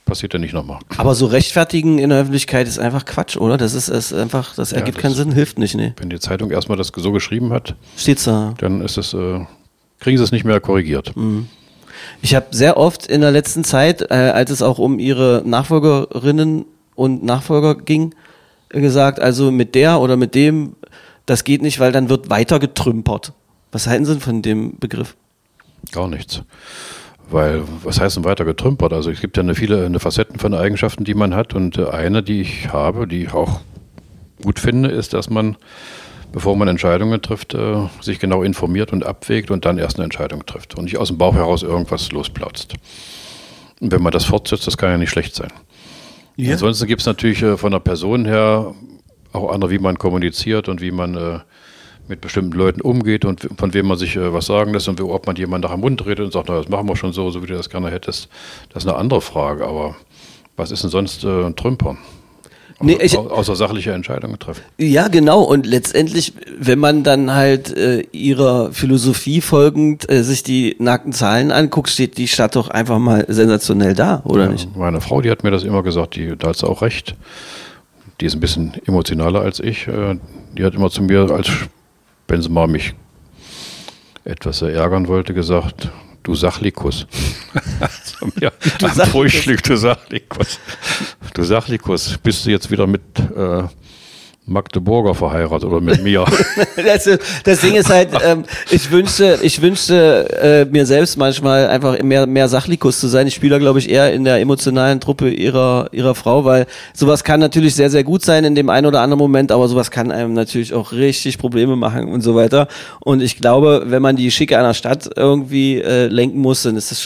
passiert ja nicht nochmal. Aber so rechtfertigen in der Öffentlichkeit ist einfach Quatsch, oder? Das ergibt keinen Sinn, hilft nicht, ne? Wenn die Zeitung erstmal das so geschrieben hat, steht's da. Dann ist es, kriegen sie es nicht mehr korrigiert. Mhm. Ich habe sehr oft in der letzten Zeit, als es auch um ihre Nachfolgerinnen und Nachfolger ging, gesagt, also mit der oder mit dem, das geht nicht, weil dann wird weiter getrümpert. Was halten Sie von dem Begriff? Gar nichts. Weil, was heißt denn weiter getrümpert? Also es gibt ja viele Facetten von Eigenschaften, die man hat, und eine, die ich habe, die ich auch gut finde, ist, dass man, bevor man Entscheidungen trifft, sich genau informiert und abwägt und dann erst eine Entscheidung trifft und nicht aus dem Bauch heraus irgendwas losplautzt. Und wenn man das fortsetzt, das kann ja nicht schlecht sein. Ja. Ansonsten gibt es natürlich von der Person her auch andere, wie man kommuniziert und wie man mit bestimmten Leuten umgeht und von wem man sich was sagen lässt und ob man jemanden nach dem Mund redet und sagt, na, das machen wir schon so wie du das gerne hättest. Das ist eine andere Frage, aber was ist denn sonst ein Trümpern? Außer sachliche Entscheidungen treffen. Ja, genau. Und letztendlich, wenn man dann halt ihrer Philosophie folgend sich die nackten Zahlen anguckt, steht die Stadt doch einfach mal sensationell da, oder ja, nicht? Meine Frau, die hat mir das immer gesagt, da hat sie auch recht. Die ist ein bisschen emotionaler als ich. Die hat immer zu mir, als wenn sie mal mich etwas ärgern wollte, gesagt, du Sachlikus. Am Frühstück, du Sachlikus. Du Sachlikus, bist du jetzt wieder mit Magdeburger verheiratet oder mit mir? Das Ding ist halt, ich wünschte mir selbst manchmal einfach mehr Sachlikus zu sein. Ich spiele da, glaube ich, eher in der emotionalen Truppe ihrer Frau, weil sowas kann natürlich sehr, sehr gut sein in dem einen oder anderen Moment, aber sowas kann einem natürlich auch richtig Probleme machen und so weiter. Und ich glaube, wenn man die Schicke einer Stadt irgendwie lenken muss, dann ist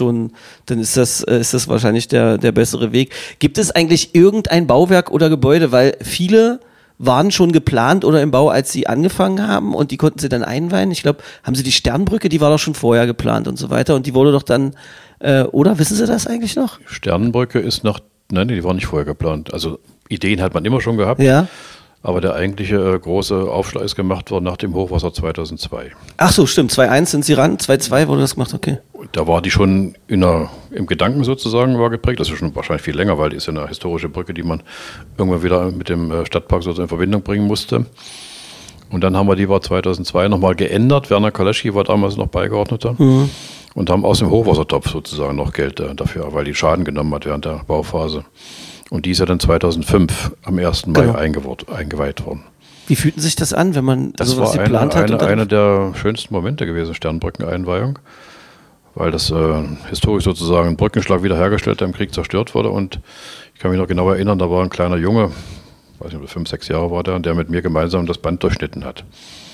das wahrscheinlich der bessere Weg. Gibt es eigentlich irgendein Bauwerk oder Gebäude, weil viele waren schon geplant oder im Bau, als sie angefangen haben und die konnten sie dann einweihen. Ich glaube, haben sie die Sternbrücke, die war doch schon vorher geplant und so weiter und die wurde doch dann, oder wissen Sie das eigentlich noch? Sternbrücke ist nein, die war nicht vorher geplant. Also Ideen hat man immer schon gehabt. Ja. Aber der eigentliche große Aufschlag ist gemacht worden nach dem Hochwasser 2002. Ach so, stimmt. 2.1 sind sie ran, 2.2 wurde das gemacht, okay. Da war die schon im Gedanken sozusagen war geprägt. Das ist schon wahrscheinlich viel länger, weil die ist ja eine historische Brücke, die man irgendwann wieder mit dem Stadtpark sozusagen in Verbindung bringen musste. Und dann haben wir die war 2002 nochmal geändert. Werner Kaleschky war damals noch Beigeordneter. Mhm. Und haben aus dem Hochwassertopf sozusagen noch Geld dafür, weil die Schaden genommen hat während der Bauphase. Und die ist ja dann 2005 am 1. Mai eingeweiht worden. Wie fühlten sich das an, wenn man sowas geplant hat? Das war eine der schönsten Momente gewesen, Sternbrückeneinweihung, weil das historisch sozusagen ein Brückenschlag wiederhergestellt, der im Krieg zerstört wurde. Und ich kann mich noch genau erinnern, da war ein kleiner Junge, weiß nicht, 5, 6 Jahre war der mit mir gemeinsam das Band durchschnitten hat.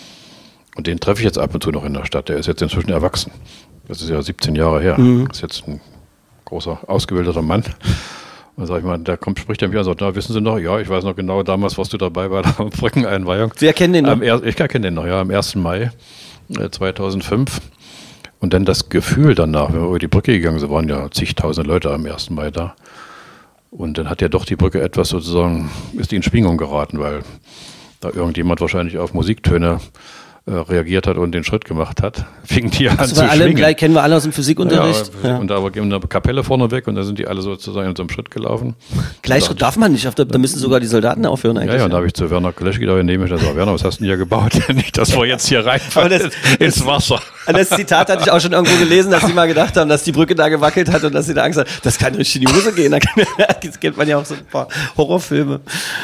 Und den treffe ich jetzt ab und zu noch in der Stadt. Der ist jetzt inzwischen erwachsen. Das ist ja 17 Jahre her. Mhm. Das ist jetzt ein großer, ausgebildeter Mann. Und sag ich mal, spricht er mich an und sagt, na, wissen Sie noch? Ja, ich weiß noch genau, damals warst du dabei bei der Brückeneinweihung. Wer kennt den noch? Ich kenne den noch, ja, am 1. Mai 2005. Und dann das Gefühl danach, wenn wir über die Brücke gegangen sind, waren ja zigtausend Leute am 1. Mai da. Und dann hat ja doch die Brücke etwas sozusagen, ist die in Schwingung geraten, weil da irgendjemand wahrscheinlich auf Musiktöne reagiert hat und den Schritt gemacht hat, fing die an zu schwingen. Kennen wir alle aus dem Physikunterricht. Ja. Und da gehen eine Kapelle vorne weg und da sind die alle sozusagen in so einem Schritt gelaufen. Gleichschritt darf man nicht, da müssen sogar die Soldaten aufhören eigentlich. Ja, und da habe ich zu Werner Kaleschky da neben mich gesagt, Werner, was hast du denn hier gebaut? Nicht, dass wir jetzt hier reinfallen ins Wasser. Das Zitat hatte ich auch schon irgendwo gelesen, dass sie mal gedacht haben, dass die Brücke da gewackelt hat und dass sie da Angst hat, das kann richtig in die Hose gehen. Das kennt man ja auch so ein paar Horrorfilme.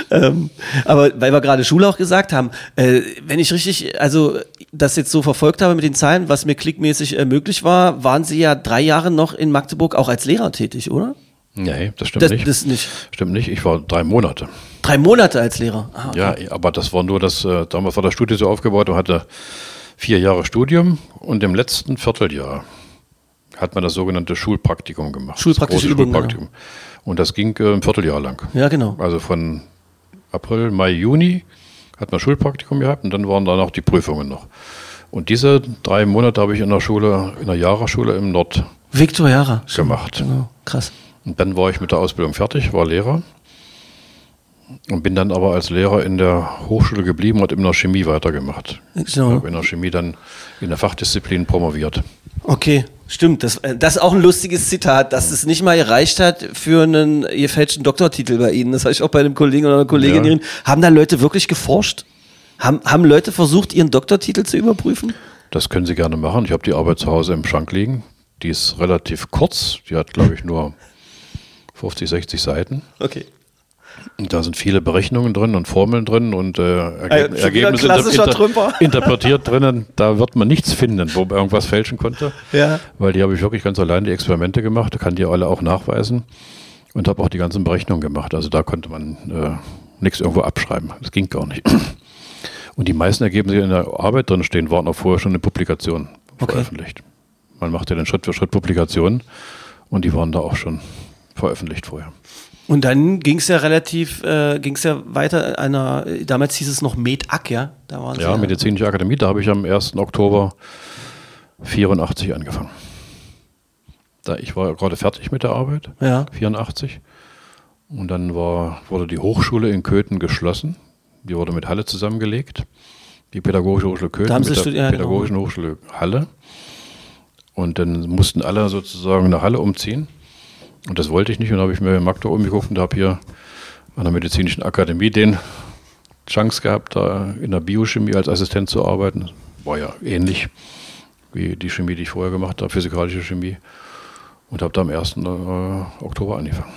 Aber weil wir gerade Schule auch gesagt haben, wenn ich richtig, also das jetzt so verfolgt habe mit den Zahlen, was mir klickmäßig möglich war, waren Sie ja 3 Jahre noch in Magdeburg auch als Lehrer tätig, oder? Nee, das stimmt nicht. Das nicht. Stimmt nicht, ich war 3 Monate. 3 Monate als Lehrer? Ah, okay. Ja, aber das war nur damals war das Studium so aufgebaut und hatte 4 Jahre Studium und im letzten Vierteljahr hat man das sogenannte Schulpraktikum gemacht. Schulpraktische Übungen. Schulpraktikum. Und das ging ein Vierteljahr lang. Ja, genau. Also von April, Mai, Juni hat man Schulpraktikum gehabt und dann waren da noch die Prüfungen noch. Und diese 3 Monate habe ich in der Jara-Schule im Nord Viktor Jara gemacht. Genau. Krass. Und dann war ich mit der Ausbildung fertig, war Lehrer und bin dann aber als Lehrer in der Hochschule geblieben und in der Chemie weitergemacht. Genau. Ich habe in der Chemie dann in der Fachdisziplin promoviert. Okay. Stimmt, das ist auch ein lustiges Zitat, dass es nicht mal gereicht hat für einen gefälschten Doktortitel bei Ihnen. Das habe ich auch bei einem Kollegen oder einer Kollegin. Ja. Haben da Leute wirklich geforscht? Haben Leute versucht, ihren Doktortitel zu überprüfen? Das können Sie gerne machen. Ich habe die Arbeit zu Hause im Schrank liegen. Die ist relativ kurz. Die hat, glaube ich, nur 50, 60 Seiten. Okay. Und da sind viele Berechnungen drin und Formeln drin und Ergebnisse interpretiert drinnen. Da wird man nichts finden, wo man irgendwas fälschen konnte. Ja. Weil die habe ich wirklich ganz allein die Experimente gemacht. Da kann die alle auch nachweisen. Und habe auch die ganzen Berechnungen gemacht. Also da konnte man nichts irgendwo abschreiben. Das ging gar nicht. Und die meisten Ergebnisse, die in der Arbeit drin stehen, waren auch vorher schon in Publikationen veröffentlicht. Man macht ja dann Schritt für Schritt Publikationen und die waren da auch schon veröffentlicht vorher. Und dann ging es ja weiter damals hieß es noch MedAk, ja? Da waren Sie Medizinische Akademie, da habe ich am 1. Oktober 84 angefangen. Ich war gerade fertig mit der Arbeit, 84. Und dann wurde die Hochschule in Köthen geschlossen. Die wurde mit Halle zusammengelegt. Die Pädagogische Hochschule Köthen mit der Pädagogischen Hochschule Halle. Und dann mussten alle sozusagen nach Halle umziehen. Und das wollte ich nicht. Und dann habe ich mir in Magdeburg umgeguckt und habe hier an der Medizinischen Akademie den Chance gehabt, da in der Biochemie als Assistent zu arbeiten. War ja ähnlich wie die Chemie, die ich vorher gemacht habe, physikalische Chemie. Und habe da am 1. Oktober angefangen.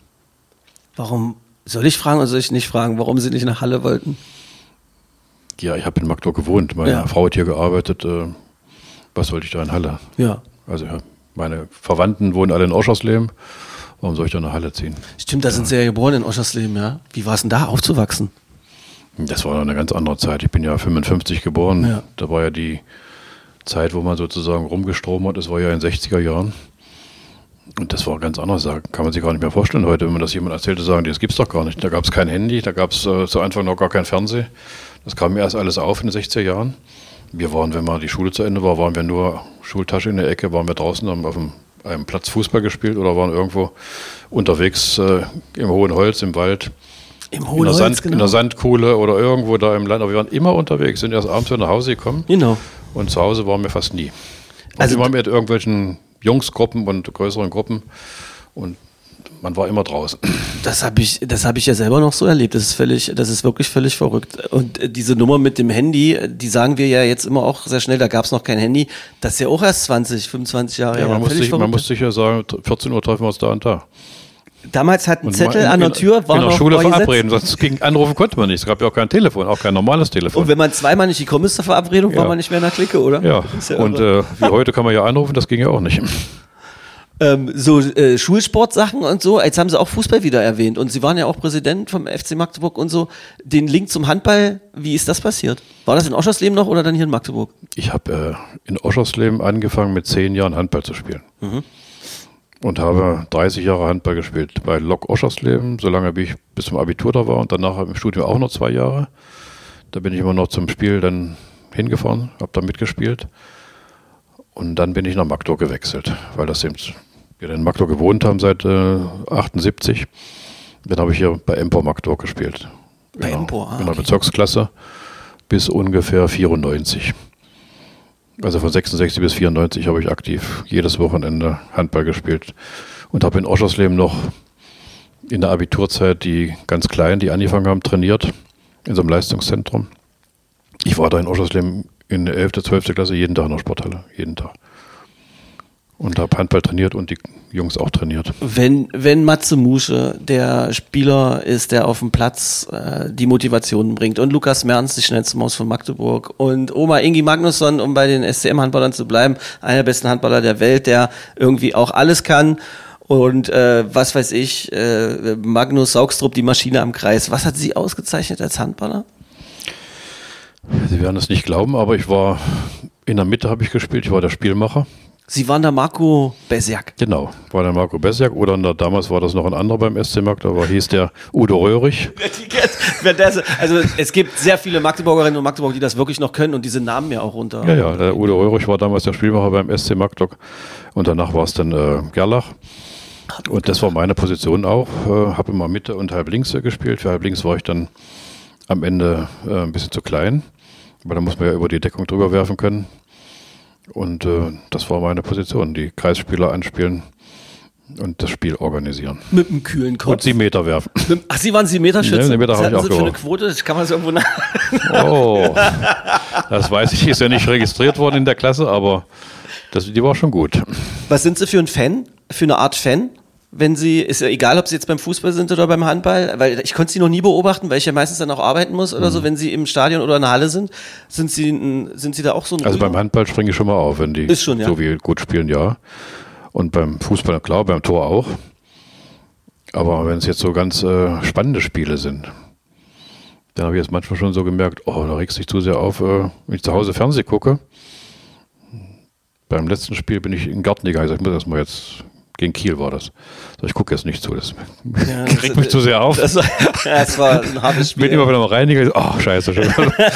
Warum, soll ich fragen oder soll ich nicht fragen, warum Sie nicht nach Halle wollten? Ja, ich habe in Magdeburg gewohnt. Meine Frau hat hier gearbeitet. Was wollte ich da in Halle? Ja. Also meine Verwandten wohnen alle in Oschersleben. Warum soll ich da nach Halle ziehen? Stimmt, da sind Sie ja geboren in Oschersleben, ja. Wie war es denn da aufzuwachsen? Das war eine ganz andere Zeit. Ich bin ja 55 geboren. Ja. Da war ja die Zeit, wo man sozusagen rumgestromt hat. Das war ja in den 60er Jahren. Und das war ganz anders. Da kann man sich gar nicht mehr vorstellen heute, wenn man das jemand erzählte, sagen, das gibt's doch gar nicht. Da gab es kein Handy, da gab es zu Anfang noch gar kein Fernsehen. Das kam mir erst alles auf in den 60er Jahren. Wir waren, wenn mal die Schule zu Ende war, waren wir nur Schultasche in der Ecke, waren wir draußen, haben auf einem Platz Fußball gespielt oder waren irgendwo unterwegs im Hohen Holz, im Wald. Im Hohen Holz, in der Sandkuhle oder irgendwo da im Land. Aber wir waren immer unterwegs, sind erst abends wieder nach Hause gekommen. Genau. Und zu Hause waren wir fast nie. Also immer mit irgendwelchen Jungsgruppen und größeren Gruppen und man war immer draußen. Das hab ich ja selber noch so erlebt. Das ist wirklich völlig verrückt. Und diese Nummer mit dem Handy, die sagen wir ja jetzt immer auch sehr schnell, da gab es noch kein Handy. Das ist ja auch erst 20, 25 Jahre her. Man muss sich ja sagen, 14 Uhr treffen wir uns da und da. Damals hat ein Zettel an der Tür, war in der Schule verabreden, sonst anrufen konnte man nicht. Es gab ja auch kein Telefon, auch kein normales Telefon. Und wenn man zweimal nicht gekommen ist zur Verabredung, war man nicht mehr in der Clique, oder? Ja, und wie heute kann man ja anrufen, das ging ja auch nicht. Schulsportsachen und so, jetzt haben Sie auch Fußball wieder erwähnt und Sie waren ja auch Präsident vom FC Magdeburg und so. Den Link zum Handball, wie ist das passiert? War das in Oschersleben noch oder dann hier in Magdeburg? Ich habe in Oschersleben angefangen mit 10 Jahren Handball zu spielen. Mhm. Und habe 30 Jahre Handball gespielt bei Lok Oschersleben, solange wie ich bis zum Abitur da war und danach im Studium auch noch 2 Jahre. Da bin ich immer noch zum Spiel dann hingefahren, habe da mitgespielt und dann bin ich nach Magdeburg gewechselt, weil wir in Magdeburg gewohnt haben seit 78. Dann habe ich hier bei Empor Magdeburg gespielt. Bei Empor, in der Bezirksklasse bis ungefähr 94. Also von 66 bis 94 habe ich aktiv jedes Wochenende Handball gespielt und habe in Oschersleben noch in der Abiturzeit die ganz Kleinen, die angefangen haben, trainiert in so einem Leistungszentrum. Ich war da in Oschersleben in der 11., 12. Klasse jeden Tag in der Sporthalle, jeden Tag. Und habe Handball trainiert und die Jungs auch trainiert. Wenn Matze Musche der Spieler ist, der auf dem Platz die Motivation bringt und Lukas Mertens, die schnellste Maus von Magdeburg und Oma Ingi Magnusson, um bei den SCM-Handballern zu bleiben, einer der besten Handballer der Welt, der irgendwie auch alles kann und was weiß ich, Magnus Saugstrup, die Maschine am Kreis. Was hat Sie ausgezeichnet als Handballer? Sie werden es nicht glauben, aber ich war in der Mitte, habe ich gespielt, ich war der Spielmacher. Sie waren der Marco Besiak. Genau, war der Marco Besiak oder damals war das noch ein anderer beim SC Magdeburg, aber hieß der Udo Röhrig. Also es gibt sehr viele Magdeburgerinnen und Magdeburger, die das wirklich noch können und diese Namen mir auch runter. Ja, der Udo Röhrig war damals der Spielmacher beim SC Magdeburg und danach war es dann Gerlach. Und das war meine Position auch, habe immer Mitte und halb links gespielt. Für halb links war ich dann am Ende ein bisschen zu klein, weil da muss man ja über die Deckung drüber werfen können. Und das war meine Position, die Kreisspieler anspielen und das Spiel organisieren. Mit einem kühlen Kopf. Und 7 Meter werfen. Ach, Sie waren 7 Meter Schütze? 7 Meter habe ich auch für eine Quote, das kann man so irgendwo nach... Oh, das weiß ich, ist ja nicht registriert worden in der Klasse, aber die war schon gut. Was sind Sie für ein Fan? Für eine Art Fan? Wenn Sie, ist ja egal, ob Sie jetzt beim Fußball sind oder beim Handball, weil ich konnte Sie noch nie beobachten, weil ich ja meistens dann auch arbeiten muss oder so, wenn Sie im Stadion oder in der Halle sind Sie da auch so ein Also beim Handball springe ich schon mal auf, wenn die schon, ja. so wie gut spielen, ja. Und beim Fußball, klar, beim Tor auch. Aber wenn es jetzt so ganz spannende Spiele sind, dann habe ich jetzt manchmal schon so gemerkt, da regst du dich zu sehr auf, wenn ich zu Hause Fernsehen gucke. Beim letzten Spiel bin ich in den Garten gegangen, ich muss das mal jetzt, gegen Kiel war das. Ich gucke jetzt nicht zu, das regt mich zu sehr auf. Das war ein hartes Spiel. Bin immer wieder mal reingegangen, scheiße. Schon.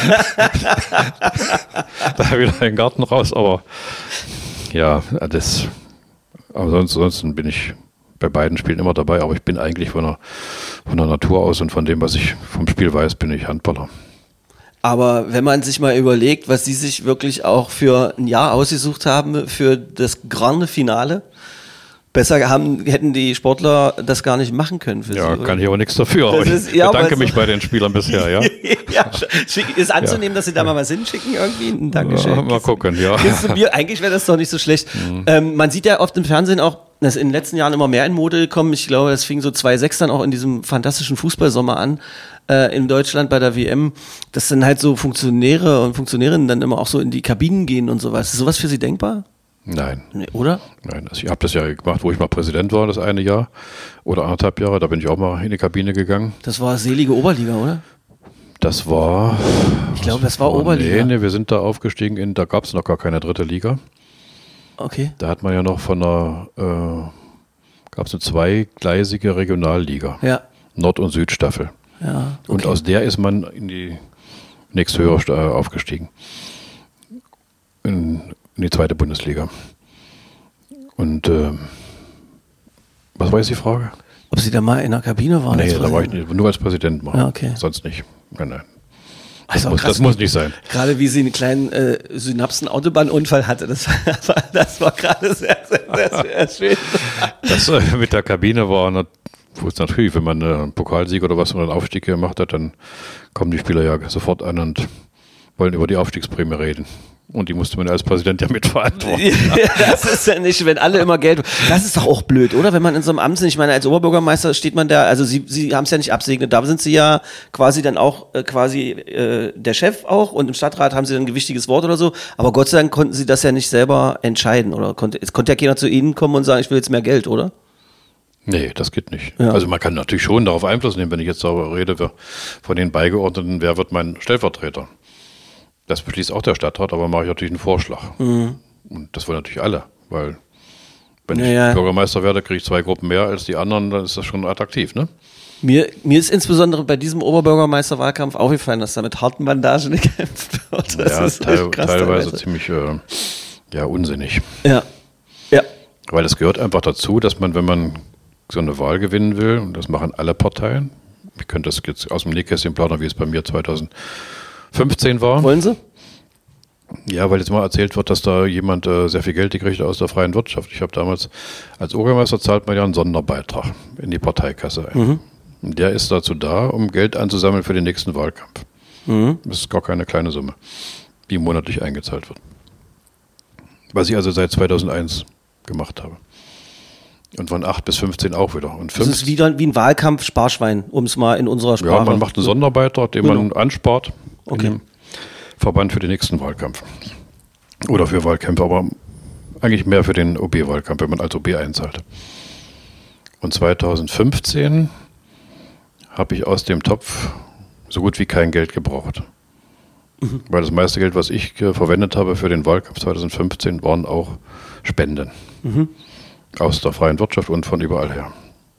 Da wieder in den Garten raus, aber ja, ansonsten bin ich bei beiden Spielen immer dabei, aber ich bin eigentlich von der Natur aus und von dem, was ich vom Spiel weiß, bin ich Handballer. Aber wenn man sich mal überlegt, was Sie sich wirklich auch für ein Jahr ausgesucht haben, für das grande Finale, hätten die Sportler das gar nicht machen können für Sie. Ja, kann ich aber nichts dafür. Aber ich bedanke mich bei den Spielern bisher, ja. Ja, ist anzunehmen, dass Sie da mal was hinschicken irgendwie? Ein Dankeschön. Ja, mal gucken, ja. Eigentlich wäre das doch nicht so schlecht. Man sieht ja oft im Fernsehen auch, dass in den letzten Jahren immer mehr in Mode gekommen. Ich glaube, das fing so 2006 dann auch in diesem fantastischen Fußballsommer an, in Deutschland bei der WM, dass dann halt so Funktionäre und Funktionärinnen dann immer auch so in die Kabinen gehen und sowas. Ist sowas für Sie denkbar? Nein. Nee, oder? Nein, also ich habe das ja gemacht, wo ich mal Präsident war, das eine Jahr oder 1,5 Jahre, da bin ich auch mal in die Kabine gegangen. Das war selige Oberliga, oder? Das war... Ich glaube, das war Oberliga. Nee, wir sind da aufgestiegen, da gab es noch gar keine dritte Liga. Okay. Da hat man ja noch gab es eine zweigleisige Regionalliga. Ja. Nord- und Südstaffel. Ja. Okay. Und aus der ist man in die nächsthöhere aufgestiegen. In die zweite Bundesliga. Und was war jetzt die Frage? Ob Sie da mal in der Kabine waren? Nee, da war ich nicht, nur als Präsident mal. Ja, okay. Sonst nicht. Nein. Das muss nicht sein. Gerade wie sie einen kleinen Synapsen-Autobahnunfall hatte. Das war gerade sehr, sehr, sehr schön. Das mit der Kabine war natürlich, wenn man einen Pokalsieg oder was oder einen Aufstieg gemacht hat, dann kommen die Spieler ja sofort an und wollen über die Aufstiegsprämie reden. Und die musste man als Präsident ja mitverantworten. Das ist ja nicht, wenn alle immer Geld... Das ist doch auch blöd, oder? Wenn man in so einem Amt ist, ich meine, als Oberbürgermeister steht man da, also Sie haben es ja nicht absegnet, da sind Sie ja quasi dann auch der Chef auch und im Stadtrat haben Sie dann ein gewichtiges Wort oder so, aber Gott sei Dank konnten Sie das ja nicht selber entscheiden, oder? Es konnte ja keiner zu Ihnen kommen und sagen, ich will jetzt mehr Geld, oder? Nee, das geht nicht. Ja. Also man kann natürlich schon darauf Einfluss nehmen, wenn ich jetzt darüber rede, von den Beigeordneten, wer wird mein Stellvertreter? Das beschließt auch der Stadtrat, aber mache ich natürlich einen Vorschlag. Mhm. Und das wollen natürlich alle, weil wenn ich Bürgermeister werde, kriege ich 2 Gruppen mehr als die anderen, dann ist das schon attraktiv, ne? Mir ist insbesondere bei diesem Oberbürgermeisterwahlkampf aufgefallen, dass da mit harten Bandagen gekämpft wird. Das ist krass, teilweise ziemlich unsinnig. Ja. Weil es gehört einfach dazu, dass man, wenn man so eine Wahl gewinnen will, und das machen alle Parteien, ich könnte das jetzt aus dem Nähkästchen plaudern, wie es bei mir 2015 war. Wollen Sie? Ja, weil jetzt mal erzählt wird, dass da jemand sehr viel Geld gekriegt hat aus der freien Wirtschaft. Ich habe damals, als Bürgermeister zahlt man ja einen Sonderbeitrag in die Parteikasse ein. Mhm. Und der ist dazu da, um Geld anzusammeln für den nächsten Wahlkampf. Mhm. Das ist gar keine kleine Summe, die monatlich eingezahlt wird. Was ich also seit 2001 gemacht habe. Und von 8 bis 15 auch wieder. Und das ist wieder wie ein Wahlkampf-Sparschwein, um es mal in unserer Sprache... Ja, man macht einen Sonderbeitrag, den man anspart in dem Verband für den nächsten Wahlkampf. Oder für Wahlkämpfe, aber eigentlich mehr für den OB-Wahlkampf, wenn man als OB einzahlt. Und 2015 habe ich aus dem Topf so gut wie kein Geld gebraucht. Mhm. Weil das meiste Geld, was ich verwendet habe für den Wahlkampf 2015, waren auch Spenden. Mhm. Aus der freien Wirtschaft und von überall her.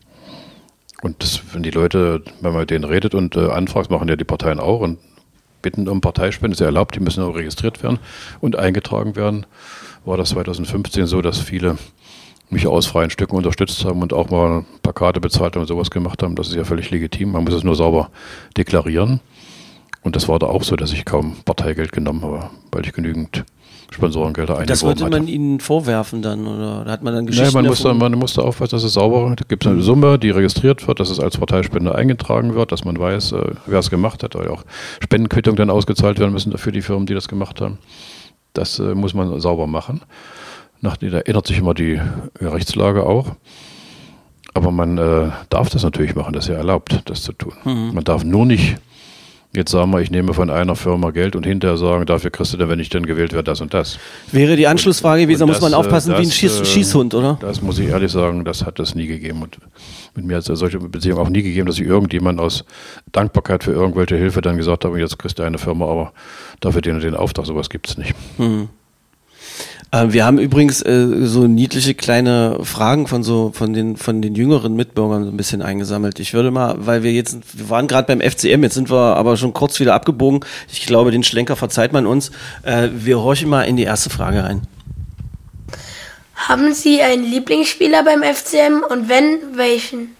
Und wenn die Leute, wenn man mit denen redet und anfragt, machen ja die Parteien auch und bitten um Parteispenden, ist ja erlaubt, die müssen auch registriert werden und eingetragen werden, war das 2015 so, dass viele mich aus freien Stücken unterstützt haben und auch mal Plakate bezahlt haben und sowas gemacht haben. Das ist ja völlig legitim, man muss es nur sauber deklarieren. Und das war da auch so, dass ich kaum Parteigeld genommen habe, weil ich genügend Sponsorengelder eingeworben Das würde hatte. man Ihnen vorwerfen dann, oder hat man dann Geschichten man musste aufpassen, dass es sauber, da gibt es eine Summe, die registriert wird, dass es als Parteispende eingetragen wird, dass man weiß, wer es gemacht hat, weil auch Spendenquittungen dann ausgezahlt werden müssen für die Firmen, die das gemacht haben. Das muss man sauber machen. Da ändert sich immer die Rechtslage auch. Aber man darf das natürlich machen, das ist ja erlaubt, das zu tun. Man darf nur nicht jetzt sagen wir, ich nehme von einer Firma Geld und hinterher sagen, dafür kriegst du dann, wenn ich dann gewählt werde, das und das. Wäre die Anschlussfrage gewesen, da muss man aufpassen wie ein Schießhund, oder? Das muss ich ehrlich sagen, das hat es nie gegeben. Und mit mir hat es solche Beziehungen auch nie gegeben, dass ich irgendjemand aus Dankbarkeit für irgendwelche Hilfe dann gesagt habe, jetzt kriegst du eine Firma, aber dafür den Auftrag, sowas gibt es nicht. Wir haben übrigens so niedliche kleine Fragen von den jüngeren Mitbürgern so ein bisschen eingesammelt. Ich würde mal, weil wir waren gerade beim FCM, jetzt sind wir aber schon kurz wieder abgebogen. Ich glaube, den Schlenker verzeiht man uns. Wir horchen mal in die erste Frage rein. Haben Sie einen Lieblingsspieler beim FCM und wenn, welchen?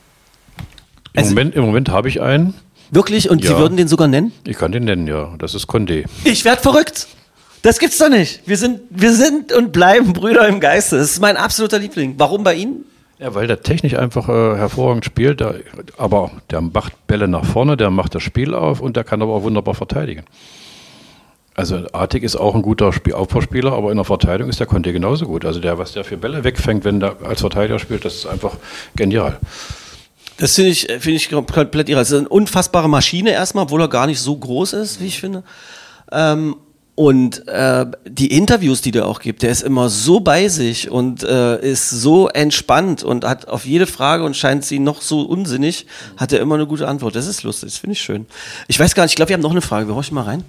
Im Moment habe ich einen. Wirklich? Und Sie würden den sogar nennen? Ich kann den nennen, ja. Das ist Condé. Ich werde verrückt. Das gibt's doch nicht. Wir sind und bleiben Brüder im Geiste. Das ist mein absoluter Liebling. Warum bei Ihnen? Ja, weil der technisch einfach hervorragend spielt, aber der macht Bälle nach vorne, der macht das Spiel auf und der kann aber auch wunderbar verteidigen. Also Artig ist auch ein guter Aufbauspieler, aber in der Verteidigung ist der Condé genauso gut. Also was der für Bälle wegfängt, wenn der als Verteidiger spielt, das ist einfach genial. Das finde ich komplett irre. Das ist eine unfassbare Maschine erstmal, obwohl er gar nicht so groß ist, wie ich finde. Und die Interviews, die der auch gibt, der ist immer so bei sich und ist so entspannt und hat auf jede Frage und scheint sie noch so unsinnig, hat er immer eine gute Antwort. Das ist lustig, das finde ich schön. Ich weiß gar nicht, ich glaube, wir haben noch eine Frage. Wir horchen mal rein.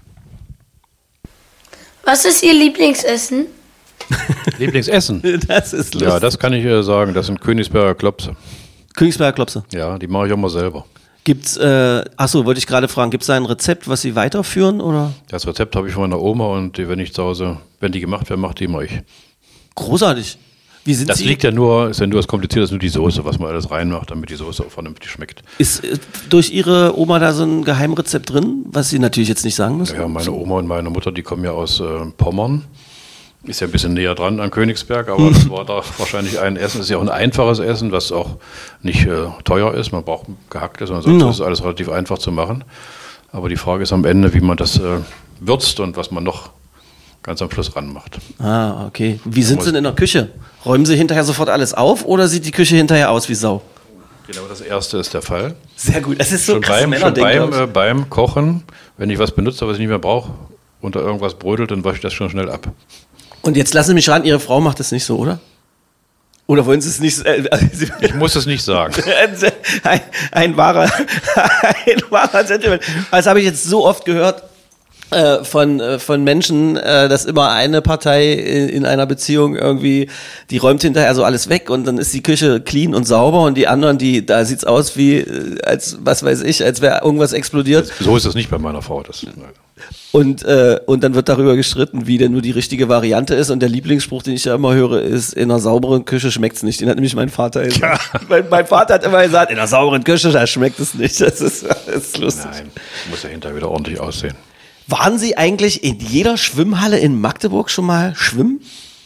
Was ist Ihr Lieblingsessen? Lieblingsessen? Das ist lustig. Ja, das kann ich sagen. Das sind Königsberger Klopse. Königsberger Klopse? Ja, die mache ich auch mal selber. Gibt's, wollte ich gerade fragen, gibt es da ein Rezept, was Sie weiterführen, oder? Das Rezept habe ich von meiner Oma und wenn ich zu Hause, wenn die gemacht werden, macht die immer ich. Großartig. Wie sind das Sie? Liegt ja nur, ist ja nur das Komplizierte, ist nur die Soße, was man alles reinmacht, damit die Soße auch vernünftig schmeckt. Ist durch Ihre Oma da so ein Geheimrezept drin, was Sie natürlich jetzt nicht sagen müssen? Ja, meine Oma und meine Mutter, die kommen ja aus Pommern. Ist ja ein bisschen näher dran an Königsberg, aber das war da wahrscheinlich ein Essen. Das ist ja auch ein einfaches Essen, was auch nicht teuer ist. Man braucht gehacktes und ansonsten ist alles relativ einfach zu machen. Aber die Frage ist am Ende, wie man das würzt und was man noch ganz am Schluss ranmacht. Ah, okay. Wie sind Sie denn in der Küche? Räumen Sie hinterher sofort alles auf oder sieht die Küche hinterher aus wie Sau? Genau, das erste ist der Fall. Sehr gut, das ist so schon beim Kochen, wenn ich was benutze, was ich nicht mehr brauche, unter irgendwas brodelt, dann wasche ich das schon schnell ab. Und jetzt lassen Sie mich raten, Ihre Frau macht das nicht so, oder? Oder wollen Sie es nicht? Ich muss es nicht sagen. ein wahrer Gentleman. Das habe ich jetzt so oft gehört von Menschen, dass immer eine Partei in einer Beziehung irgendwie, die räumt hinterher so alles weg und dann ist die Küche clean und sauber und die anderen, da sieht's aus wie, als was weiß ich, als wäre irgendwas explodiert. So ist es nicht bei meiner Frau. Und dann wird darüber gestritten, wie denn nur die richtige Variante ist. Und der Lieblingsspruch, den ich ja immer höre, ist, in einer sauberen Küche schmeckt's nicht. Den hat nämlich mein Vater gesagt. Ja. Mein Vater hat immer gesagt, in einer sauberen Küche, da schmeckt es nicht. Das ist lustig. Nein, muss ja hinterher wieder ordentlich aussehen. Waren Sie eigentlich in jeder Schwimmhalle in Magdeburg schon mal schwimmen?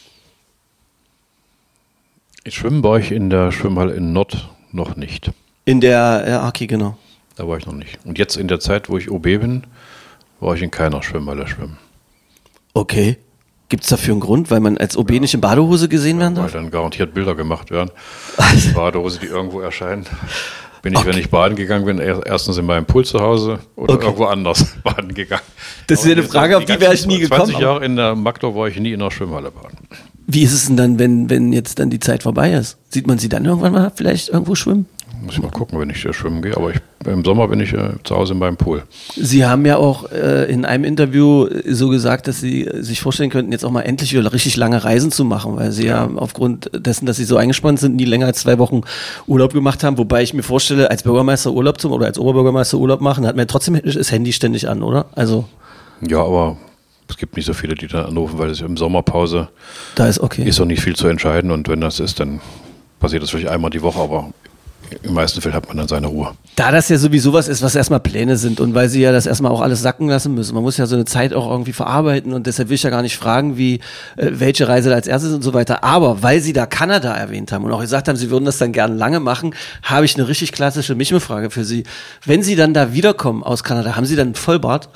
Schwimmen war ich in der Schwimmhalle in Nord noch nicht. Okay, genau. Da war ich noch nicht. Und jetzt in der Zeit, wo ich OB bin, war ich in keiner Schwimmhalle schwimmen. Okay. Gibt es dafür einen Grund, weil man als OB nicht in Badehose gesehen werden darf? Weil dann garantiert Bilder gemacht werden. Badehose, die irgendwo erscheinen. Wenn ich baden gegangen bin, erstens in meinem Pool zu Hause oder irgendwo anders baden gegangen. Das wäre eine Frage, auf die wäre ich nie gekommen. 20 Jahre in der Magdeburg war ich nie in einer Schwimmhalle baden. Wie ist es denn dann, wenn jetzt dann die Zeit vorbei ist? Sieht man Sie dann irgendwann mal vielleicht irgendwo schwimmen? Muss ich mal gucken, wenn ich schwimmen gehe. Aber im Sommer bin ich zu Hause in meinem Pool. Sie haben ja auch in einem Interview so gesagt, dass Sie sich vorstellen könnten, jetzt auch mal endlich wieder richtig lange Reisen zu machen, weil Sie ja aufgrund dessen, dass Sie so eingespannt sind, nie länger als 2 Wochen Urlaub gemacht haben. Wobei ich mir vorstelle, als Bürgermeister Urlaub oder als Oberbürgermeister Urlaub machen, hat man ja trotzdem das Handy ständig an, oder? Also ja, aber es gibt nicht so viele, die dann anrufen, weil es im Sommerpause da ist okay. Ist doch nicht viel zu entscheiden und wenn das ist, dann passiert das vielleicht einmal die Woche, aber Im meisten Fällen hat man dann seine Ruhe. Da das ja sowieso was ist, was erstmal Pläne sind und weil sie ja das erstmal auch alles sacken lassen müssen. Man muss ja so eine Zeit auch irgendwie verarbeiten und deshalb will ich ja gar nicht fragen, wie welche Reise da als erstes und so weiter. Aber weil sie da Kanada erwähnt haben und auch gesagt haben, sie würden das dann gerne lange machen, habe ich eine richtig klassische Michme-Frage für Sie. Wenn Sie dann da wiederkommen aus Kanada, haben Sie dann einen Vollbart?